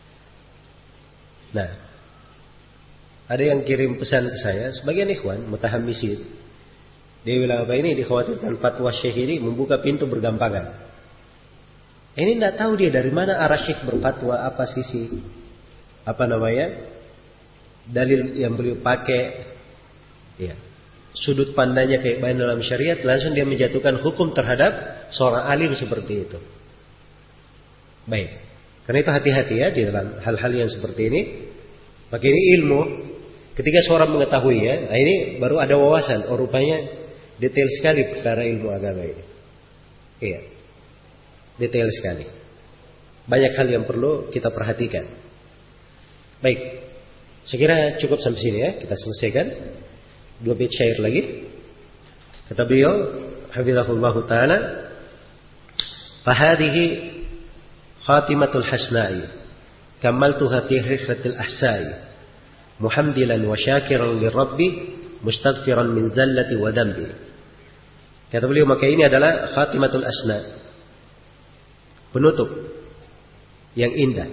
[SPEAKER 1] Nah, ada yang kirim pesan ke saya, sebagian ikhwan mutahammisin. Dia bilang apa ini, dikhawatirkan fatwa Syekh ini membuka pintu bergampangan. Ini tidak tahu dia dari mana arah Syekh berfatwa, apa sisi apa namanya dalil yang beliau pakai, ya, sudut pandangnya kayak baik dalam syariat, langsung dia menjatuhkan hukum terhadap seorang alim seperti itu. Baik, karena itu hati-hati ya di dalam hal-hal yang seperti ini. Maka ini ilmu, ketika seorang mengetahui ya, nah ini baru ada wawasan. Oh, rupanya detail sekali perkara ilmu agama ini. Iya, detail sekali. Banyak hal yang perlu kita perhatikan. Baik. Saya kira cukup sampai sini ya, kita selesaikan. Dua bait syair lagi. Kata beliau, hafizahullahu taala, "Fahadhihi khatimatul hasna'i, kamaltuha fi rihlatil ahsa'i, muhamdilan wa syakiran lirabbi, mustaghfiran min zallati wa dhanbi." Kata beliau, maka ini adalah khatimatul asna, penutup yang indah.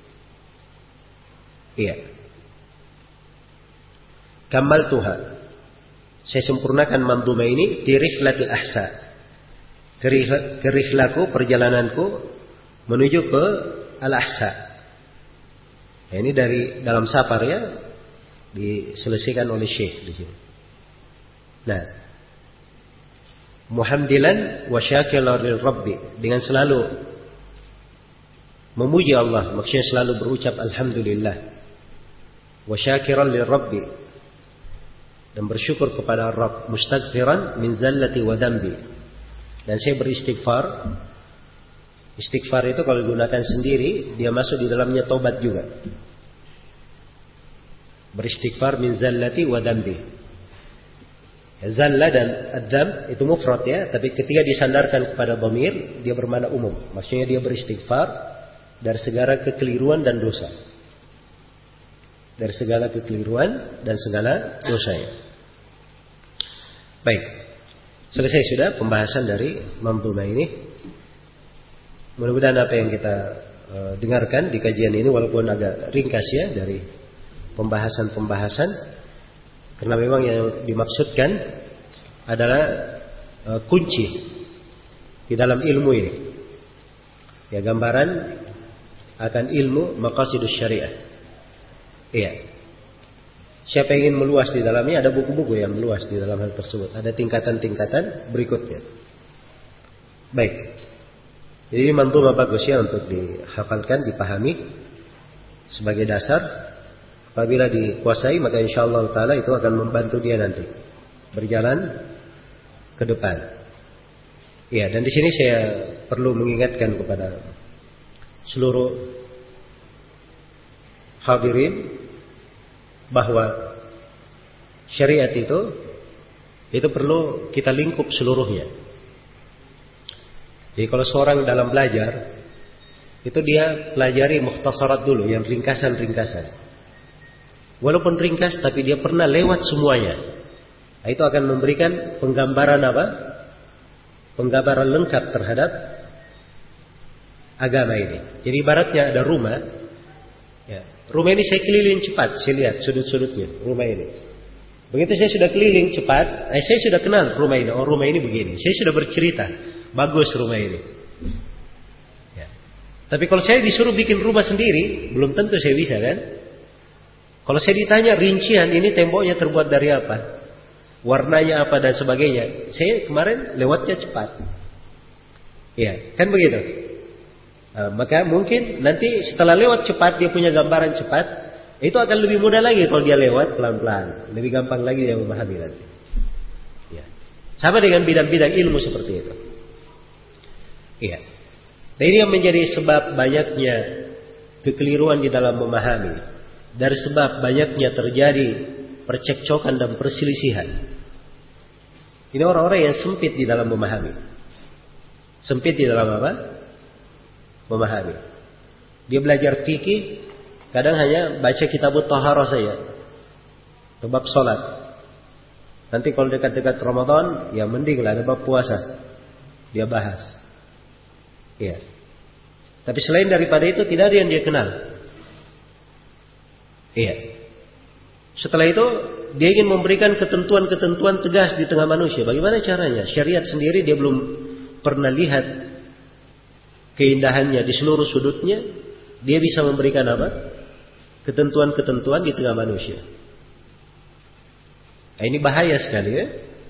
[SPEAKER 1] Iya. Kamal Tuhan, saya sempurnakan manduma ini di rihlatil ahsa, kerihlaku, perjalananku menuju ke al-ahsa. Nah, ini dari dalam safar ya, diselesaikan oleh Syekh di sini. Nah, muhamdilan wa syakiran lil rabbi, dengan selalu memuji Allah, maksudnya selalu berucap alhamdulillah. Wa syakiran lil rabbi, dan bersyukur kepada Rabb, mustaghfiran min zallati wa dhanbi, dan saya beristighfar. Istighfar itu kalau digunakan sendiri, dia masuk di dalamnya taubat juga. Beristighfar min zallati wa dhanbi. Zalla dan ad-dam itu mufrad ya, tapi ketika disandarkan kepada dhamir, dia bermakna umum. Maksudnya dia beristighfar dari segala kekeliruan dan dosa. Dari segala kekeliruan dan segala dosanya. Baik, selesai sudah pembahasan dari manzumah ini. Mudah-mudahan apa yang kita uh, dengarkan di kajian ini, walaupun agak ringkas ya dari pembahasan-pembahasan, karena memang yang dimaksudkan adalah uh, kunci di dalam ilmu ini. Ya, gambaran akan ilmu maqasidus syariah. Iya. Siapa yang ingin meluas di dalamnya, ada buku-buku yang meluas di dalam hal tersebut. Ada tingkatan-tingkatan berikutnya. Baik. Jadi ini manzumah bagus ya untuk dihafalkan, dipahami sebagai dasar. Apabila dikuasai, maka insyaallah taala itu akan membantu dia nanti berjalan ke depan. Iya, dan di sini saya perlu mengingatkan kepada seluruh hadirin bahwa syariat itu itu perlu kita lingkup seluruhnya. Jadi kalau seorang dalam belajar itu dia pelajari mukhtasarat dulu, yang ringkasan-ringkasan. Walaupun ringkas tapi dia pernah lewat semuanya. Nah, itu akan memberikan penggambaran apa? Penggambaran lengkap terhadap agama ini. Jadi ibaratnya ada rumah. Ya, rumah ini saya keliling cepat, saya lihat sudut-sudutnya rumah ini. Begitu saya sudah keliling cepat, eh, saya sudah kenal rumah ini. Oh, rumah ini begini. Saya sudah bercerita, bagus rumah ini. Ya. Tapi kalau saya disuruh bikin rumah sendiri, belum tentu saya bisa kan? Kalau saya ditanya rincian ini temboknya terbuat dari apa, warnanya apa dan sebagainya, saya kemarin lewatnya cepat. Ya, kan begitu. Nah, maka mungkin nanti setelah lewat cepat dia punya gambaran cepat, itu akan lebih mudah lagi kalau dia lewat pelan-pelan, lebih gampang lagi dia memahami nanti. Ya. Sama dengan bidang-bidang ilmu seperti itu. Iya. Dan ini yang menjadi sebab banyaknya kekeliruan di dalam memahami, dari sebab banyaknya terjadi percekcokan dan perselisihan. Ini orang-orang yang sempit di dalam memahami. Sempit di dalam apa? Memahami. Dia belajar fikih, kadang hanya baca kitab Thaharah saja, bab salat. Nanti kalau dekat-dekat Ramadan, ya mending lah ada bab puasa, dia bahas. Iya. Tapi selain daripada itu tidak ada yang dia kenal. Iya. Setelah itu dia ingin memberikan ketentuan-ketentuan tegas di tengah manusia. Bagaimana caranya? Syariat sendiri dia belum pernah lihat keindahannya di seluruh sudutnya. Dia bisa memberikan apa? Ketentuan-ketentuan di tengah manusia. Nah, ini bahaya sekali ya.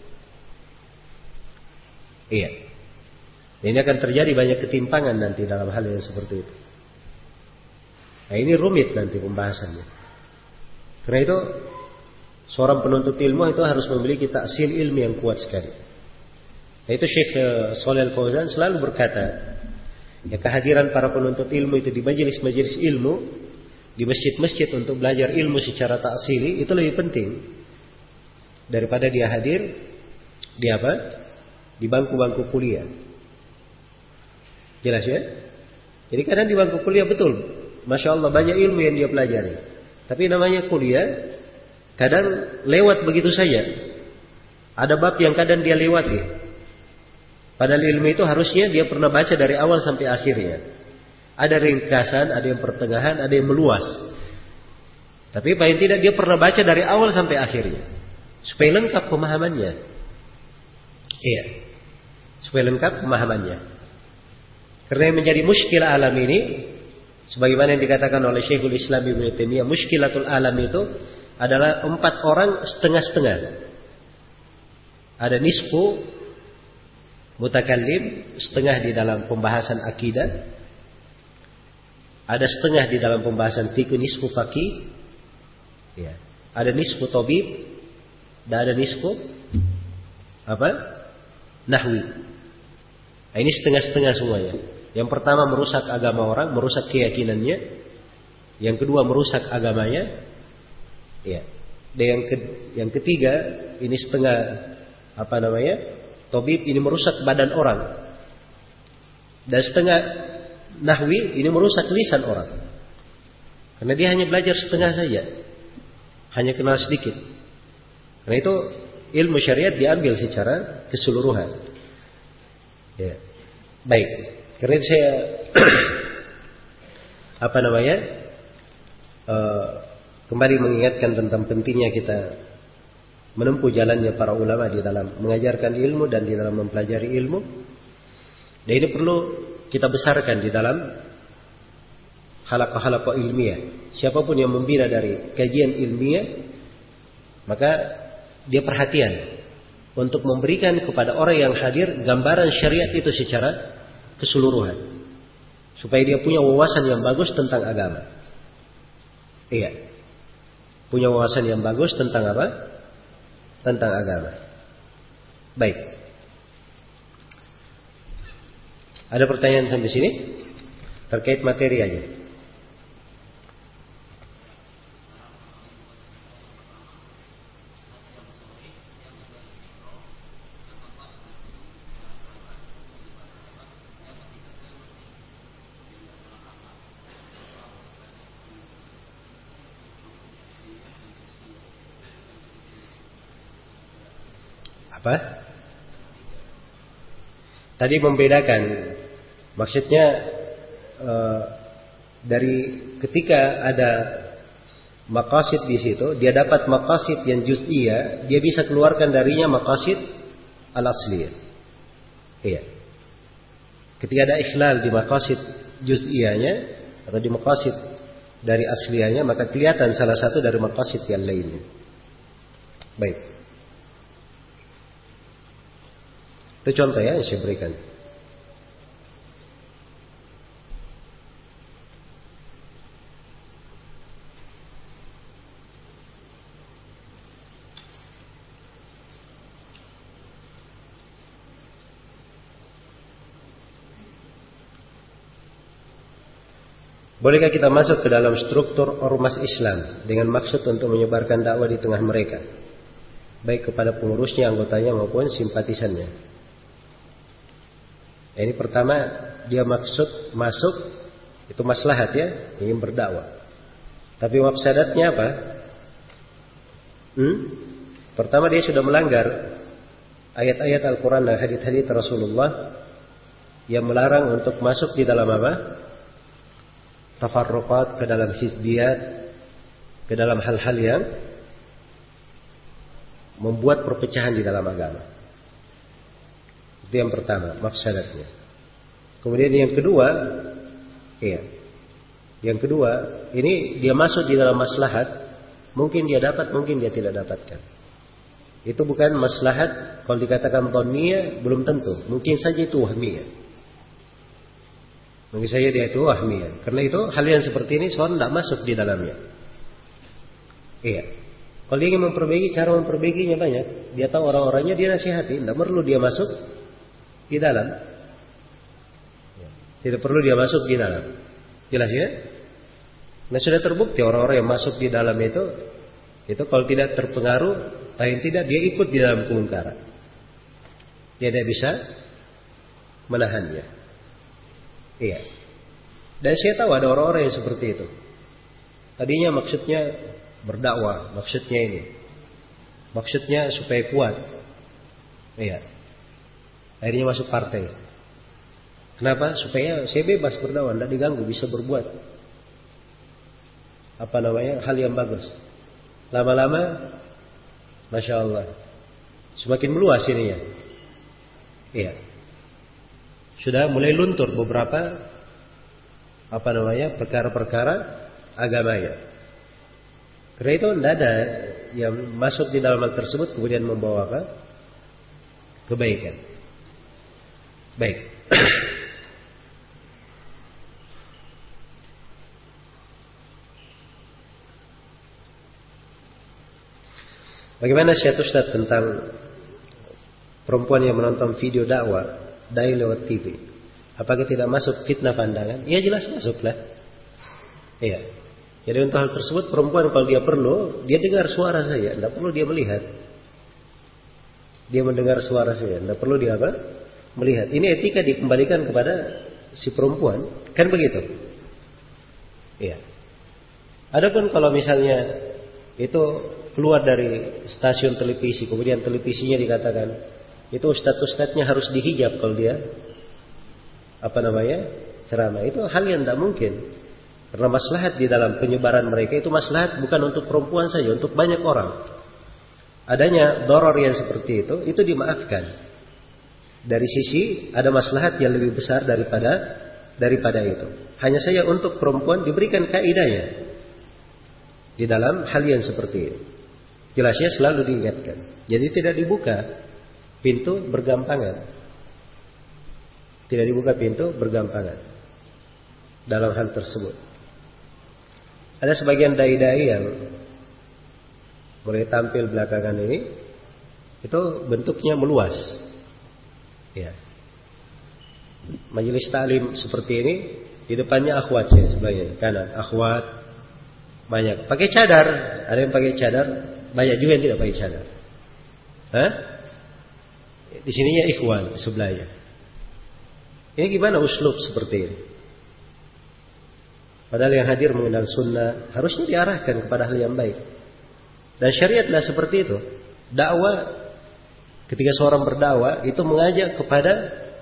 [SPEAKER 1] Iya. Ini akan terjadi banyak ketimpangan nanti dalam hal yang seperti itu. Nah, ini rumit nanti pembahasannya. Karena itu seorang penuntut ilmu itu harus memiliki taksil ilmi yang kuat sekali. Nah, itu Syekh Shalih Al-Fauzan selalu berkata, ya, kehadiran para penuntut ilmu itu di majelis-majelis ilmu, di masjid-masjid untuk belajar ilmu secara taksili itu lebih penting daripada dia hadir di apa? Di bangku-bangku kuliah. Jelas ya? Jadi kadang di bangku kuliah betul, masya Allah banyak ilmu yang dia pelajari. Tapi namanya kuliah, kadang lewat begitu saja. Ada bab yang kadang dia lewati. Padahal ilmu itu harusnya dia pernah baca dari awal sampai akhirnya. Ada ringkasan, ada yang pertengahan, ada yang meluas. Tapi paling tidak dia pernah baca dari awal sampai akhirnya, supaya lengkap pemahamannya. Iya, supaya lengkap pemahamannya. Karena yang menjadi muskilah alam ini, sebagaimana yang dikatakan oleh Syekhul Islam Ibnu Taimiyah, muskilatul alam itu adalah empat orang setengah-setengah. Ada nisfu mutakallim, setengah di dalam pembahasan akidah, ada setengah di dalam pembahasan fikih, nisfu faqih, ya. Ada nisfu tabib, dan ada nisfu apa? Nahwi. Nah, ini setengah-setengah semuanya. Yang pertama merusak agama orang, merusak keyakinannya. Yang kedua merusak agamanya. Ya. Dan yang, ke, yang ketiga ini setengah apa namanya? Tabib, ini merusak badan orang. Dan setengah nahwi ini merusak lisan orang. Karena dia hanya belajar setengah saja, hanya kenal sedikit. Karena itu ilmu syariat diambil secara keseluruhan. Ya. Baik. Karena itu saya apa namanya uh, kembali mengingatkan tentang pentingnya kita menempuh jalannya para ulama di dalam mengajarkan ilmu dan di dalam mempelajari ilmu. Dan ini perlu kita besarkan di dalam halaqah-halaqah ilmiah. Siapapun yang membina dari kajian ilmiah, maka dia perhatian untuk memberikan kepada orang yang hadir gambaran syariat itu secara keseluruhan, supaya dia punya wawasan yang bagus tentang agama. Iya, punya wawasan yang bagus tentang apa? Tentang agama. Baik. Ada pertanyaan sampai sini terkait materi aja. Apa? Tadi membedakan, maksudnya e, dari ketika ada maqasid di situ, dia dapat maqasid yang juz'iyah, dia bisa keluarkan darinya maqasid al-asliyah. Iya. Ketika ada ikhlal di maqasid juz'iyahnya atau di maqasid dari asliyahnya, maka kelihatan salah satu dari maqasid yang lainnya. Baik. Itu contoh ya yang saya berikan. Bolehkah kita masuk ke dalam struktur ormas Islam dengan maksud untuk menyebarkan dakwah di tengah mereka, baik kepada pengurusnya, anggotanya maupun simpatisannya? Ini pertama, dia maksud masuk itu maslahat ya, ingin berdakwah. Tapi mafsadatnya apa? Hmm? Pertama, dia sudah melanggar ayat-ayat Al-Quran dan hadits-hadits Rasulullah yang melarang untuk masuk di dalam apa? Tafarruqat, ke dalam hizbiyat, ke dalam hal-hal yang membuat perpecahan di dalam agama. Itu yang pertama, mafsadatnya. Kemudian yang kedua, iya. Yang kedua, ini dia masuk di dalam maslahat, mungkin dia dapat, mungkin dia tidak dapatkan. Itu bukan maslahat, kalau dikatakan dhanniyah belum tentu, mungkin saja itu wahmiyah. Mungkin saja dia itu wahmiyah. Karena itu hal yang seperti ini seorang tidak masuk di dalamnya. Iya. Kalau dia ingin memperbaiki, cara memperbaikinya banyak. Dia tahu orang-orangnya, dia nasihati, tidak perlu dia masuk di dalam. Tidak perlu dia masuk di dalam. Jelas ya? Nah, sudah terbukti orang-orang yang masuk di dalam itu, itu kalau tidak terpengaruh, paling tidak dia ikut di dalam kemungkaran. Dia tidak bisa menahannya. Iya. Dan saya tahu ada orang-orang yang seperti itu. Tadinya maksudnya berdakwah, maksudnya ini, maksudnya supaya kuat. Iya. Akhirnya masuk partai. Kenapa? Supaya saya bebas berdakwah, tidak diganggu, bisa berbuat apa namanya, hal yang bagus. Lama-lama, masya Allah, semakin meluas ininya. Iya. Sudah mulai luntur beberapa apa namanya perkara-perkara agamanya. Karena itu tidak ada yang masuk di dalam hal tersebut kemudian membawa apa? Kebaikan. Baik. Bagaimana Syekh Ustaz tentang perempuan yang menonton video dakwah dari lewat T V? Apakah tidak masuk fitnah pandangan? Iya, jelas masuklah. Iya. Jadi untuk hal tersebut perempuan kalau dia perlu, dia dengar suara saja, tidak perlu dia melihat. Dia mendengar suara saja, tidak perlu dia apa? Melihat. Ini etika dikembalikan kepada si perempuan, kan begitu? Iya. Adapun kalau misalnya itu keluar dari stasiun televisi, kemudian televisinya dikatakan itu ustadz-ustadznya harus dihijab kalau dia apa namanya ceramah, itu hal yang tidak mungkin. Karena maslahat di dalam penyebaran mereka itu maslahat bukan untuk perempuan saja, untuk banyak orang. adanya doror yang seperti itu, itu dimaafkan. Dari sisi ada maslahat yang lebih besar daripada daripada itu. Hanya saja untuk perempuan diberikan kaidahnya di dalam hal yang seperti itu. Jelasnya selalu diingatkan. Jadi tidak dibuka pintu bergampangan. Tidak dibuka pintu bergampangan dalam hal tersebut. Ada sebagian dai-dai yang mulai tampil belakangan ini, itu bentuknya meluas. Ya. Majelis taklim seperti ini, di depannya akhwat ya sebenarnya, kanan akhwat banyak. Pakai cadar, ada yang pakai cadar, banyak juga yang tidak pakai cadar. Hah? Di sininya ikhwan sebelahnya. Ini gimana uslub seperti ini? Padahal yang hadir mengenal sunnah harusnya diarahkan kepada hal yang baik. Dan syariatlah seperti itu. Dakwah, ketika seorang berdakwah itu mengajak kepada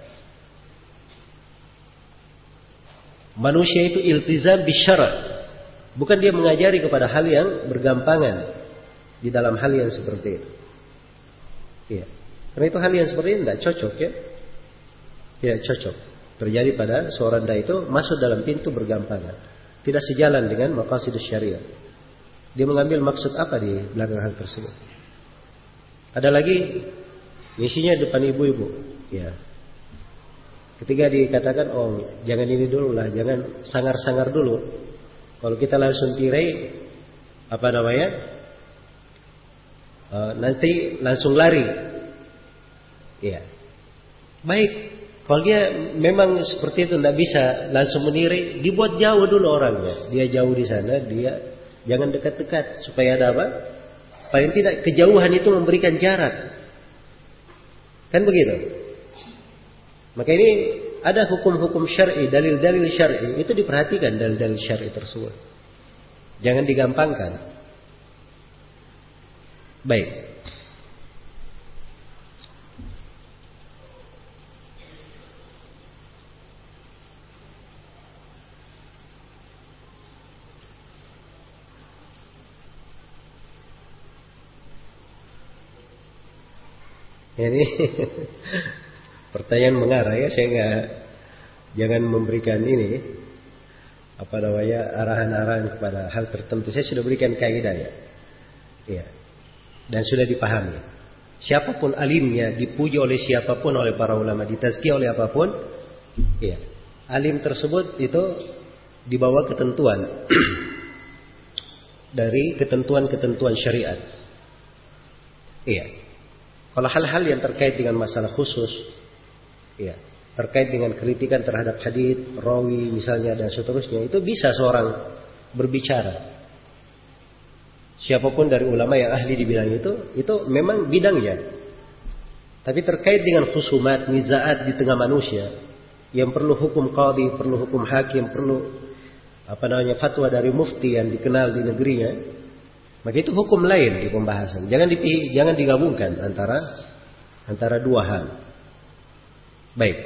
[SPEAKER 1] manusia itu iltizam bisyara'. Bukan dia mengajari kepada hal yang bergampangan di dalam hal yang seperti itu. Iya. Karena itu hal yang seperti ini tidak cocok ya. Tidak cocok terjadi pada seorang dai itu masuk dalam pintu bergampangan. Tidak sejalan dengan maqasidus syariah. Dia mengambil maksud apa di belakang hal tersebut? Ada lagi misinya depan ibu-ibu. Ya. Ketika dikatakan, oh jangan ini dulu lah, jangan sangar-sangar dulu. Kalau kita langsung tirai, apa namanya? Uh, nanti langsung lari. Ya. Baik. Kalau dia memang seperti itu tidak bisa langsung menirai, dibuat jauh dulu orangnya. Dia jauh di sana, dia jangan dekat-dekat supaya ada apa? Paling tidak kejauhan itu memberikan jarak. Kan begitu? Maka ini ada hukum-hukum syar'i, dalil-dalil syar'i, itu diperhatikan dalil-dalil syar'i tersebut. Jangan digampangkan. Baik. Ini pertanyaan mengarah ya, saya nggak, jangan memberikan ini apa namanya arahan-arahan kepada hal tertentu. Saya sudah berikan kaidah ya, ya, dan sudah dipahami. Siapapun alimnya, dipuji oleh siapapun, oleh para ulama, ditazkiyah oleh apapun, ya, alim tersebut itu dibawa ketentuan dari ketentuan-ketentuan syariat. Iya. Kalau hal-hal yang terkait dengan masalah khusus, ya, terkait dengan kritikan terhadap hadits, rawi misalnya dan seterusnya, itu bisa seorang berbicara. Siapapun dari ulama yang ahli di bidang itu, itu memang bidangnya. Tapi terkait dengan khusumat, nizaat di tengah manusia, yang perlu hukum qadhi, perlu hukum hakim, perlu apa namanya fatwa dari mufti yang dikenal di negerinya. Maka itu hukum lain di pembahasan. Jangan dipilih, jangan digabungkan antara antara dua hal. Baik.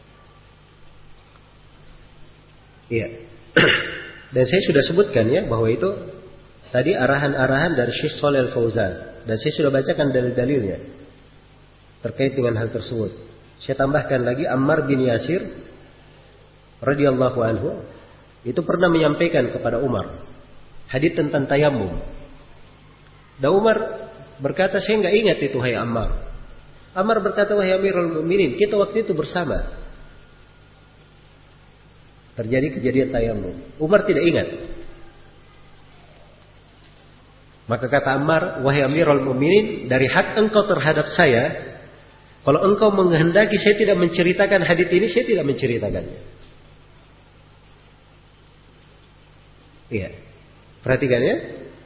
[SPEAKER 1] Iya. Dan saya sudah sebutkan ya bahwa itu tadi arahan-arahan dari Syekh Shalih Al-Fauzan, dan saya sudah bacakan dalil-dalilnya terkait dengan hal tersebut. Saya tambahkan lagi Ammar bin Yasir radhiyallahu anhu itu pernah menyampaikan kepada Umar hadits tentang tayamum. Dan Umar berkata, saya enggak ingat itu hai Ammar. Ammar berkata, wahai Amirul Mukminin, kita waktu itu bersama. Terjadi kejadian tayamum. Umar tidak ingat. Maka kata Ammar, wahai Amirul Mukminin, dari hak engkau terhadap saya, kalau engkau menghendaki saya tidak menceritakan hadits ini, saya tidak menceritakannya. Iya. Perhatikan ya.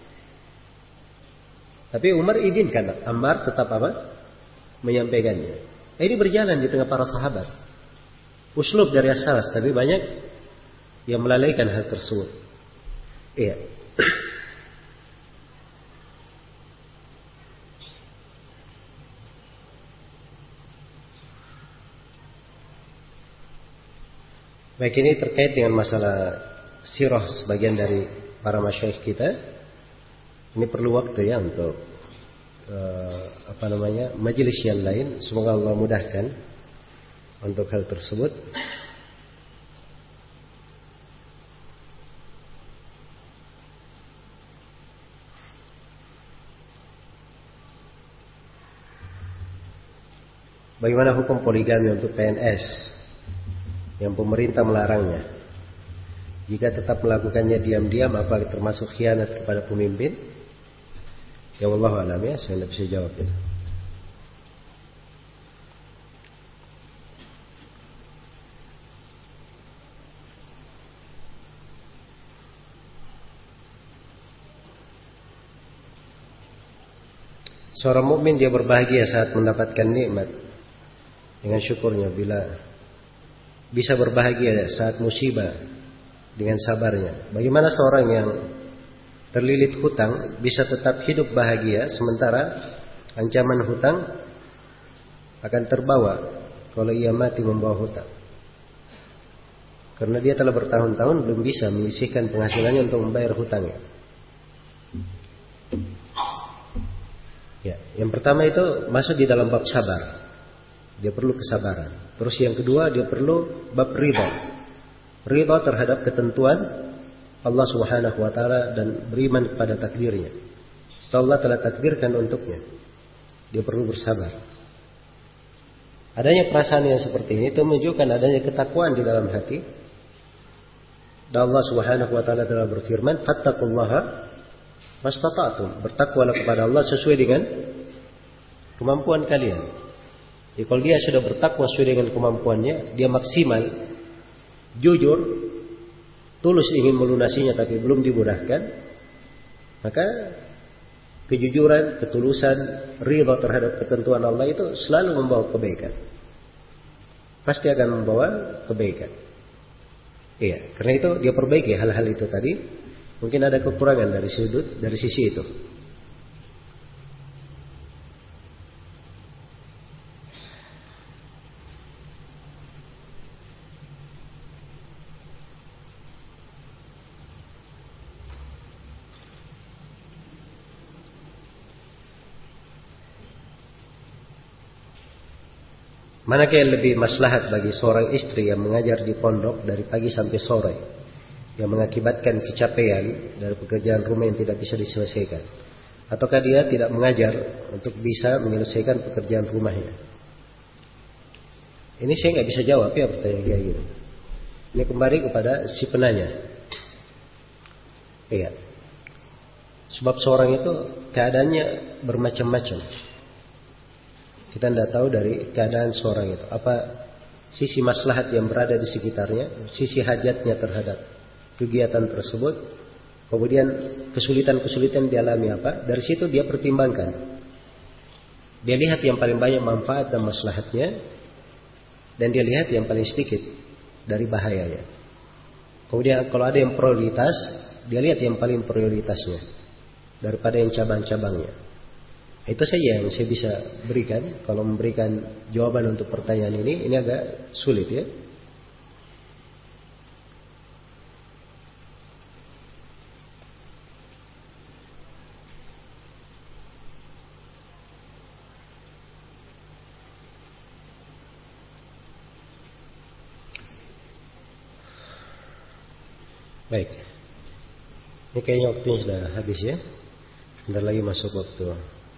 [SPEAKER 1] Tapi Umar izinkan Ammar tetap apa? Menyampaikannya. Ini berjalan di tengah para sahabat. Uslub dari as-salaf, tapi banyak yang melalaikan hal tersebut. Iya. Baik, ini terkait dengan masalah sirah sebagian dari para masyayikh kita. Ini perlu waktu ya untuk uh, apa namanya majelis yang lain. Semoga Allah mudahkan untuk hal tersebut. Bagaimana hukum poligami untuk P N S yang pemerintah melarangnya? Jika tetap melakukannya diam-diam, apa termasuk khianat kepada pemimpin? Ya wallahu alam ya, saya tidak bisa jawab itu. Seorang mukmin dia berbahagia saat mendapatkan nikmat dengan syukurnya, bila bisa berbahagia saat musibah dengan sabarnya. Bagaimana seorang yang terlilit hutang bisa tetap hidup bahagia sementara ancaman hutang akan terbawa kalau ia mati membawa hutang? Karena dia telah bertahun-tahun belum bisa menyisihkan penghasilannya untuk membayar hutangnya. Ya, yang pertama itu masuk di dalam bab sabar. Dia perlu kesabaran. Terus yang kedua, dia perlu bab ridha. Ridha terhadap ketentuan Allah Subhanahu wa taala dan beriman kepada takdirnya. Allah telah takdirkan untuknya. Dia perlu bersabar. Adanya perasaan yang seperti ini itu menunjukkan adanya ketakwaan di dalam hati. Dan Allah Subhanahu wa taala telah berfirman, "Fattaqullaha mastata'tum." Bertakwalah kepada Allah sesuai dengan kemampuan kalian. Jadi kalau dia sudah bertakwa sesuai dengan kemampuannya, dia maksimal, jujur, tulus ingin melunasinya tapi belum dimudahkan, maka kejujuran, ketulusan, ridha terhadap ketentuan Allah itu selalu membawa kebaikan. Pasti akan membawa kebaikan. Iya, karena itu dia perbaiki hal-hal itu tadi. Mungkin ada kekurangan dari sudut, dari sisi itu. Manakah yang lebih maslahat bagi seorang istri yang mengajar di pondok dari pagi sampai sore, yang mengakibatkan kecapean dari pekerjaan rumah yang tidak bisa diselesaikan, ataukah dia tidak mengajar untuk bisa menyelesaikan pekerjaan rumahnya? Ini saya nggak bisa jawab ya pertanyaan kayak gini. Ini kembali kepada si penanya. Iya. Sebab seorang itu keadaannya bermacam-macam. Kita tidak tahu dari keadaan seorang itu apa sisi maslahat yang berada di sekitarnya, sisi hajatnya terhadap kegiatan tersebut, kemudian kesulitan-kesulitan dialami apa. Dari situ dia pertimbangkan. Dia lihat yang paling banyak manfaat dan maslahatnya, dan dia lihat yang paling sedikit dari bahayanya. Kemudian kalau ada yang prioritas, dia lihat yang paling prioritasnya daripada yang cabang-cabangnya. Itu saja yang saya bisa berikan. Kalau memberikan jawaban untuk pertanyaan ini, ini agak sulit ya. Baik. Ini kayaknya waktunya sudah habis ya. Bentar lagi masuk waktu.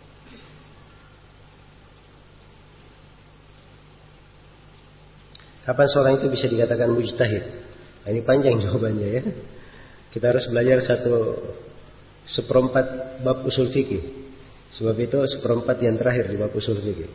[SPEAKER 1] Kapan seorang itu bisa dikatakan mujtahid? Nah, ini panjang jawabannya ya. Kita harus belajar satu seperempat bab usul fikih. Sebab itu seperempat yang terakhir di bab usul fikih.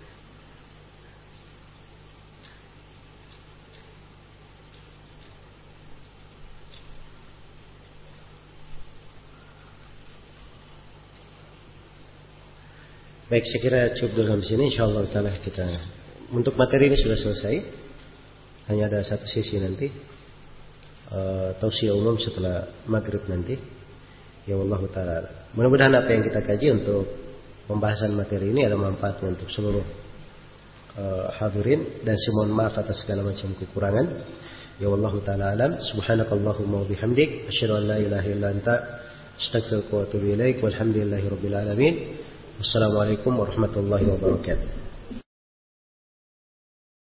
[SPEAKER 1] Baik, saya kira cukup dalam sini. Insyaallah taala kita untuk materi ini sudah selesai. Hanya ada satu sisi nanti uh, tausiah umum setelah maghrib nanti. Ya Allah taala. Mudah-mudahan apa yang kita kaji untuk pembahasan materi ini ada manfaatnya untuk seluruh uh, hadirin, dan saya mohon maaf atas segala macam kekurangan. Ya Allah taala alam. Subhanakallahumma wa bihamdik asyhadu an la ilaha illa anta astaghfiruka wa atubu ilaik. Walhamdulillahirabbil alamin. Wassalamualaikum warahmatullahi wabarakatuh.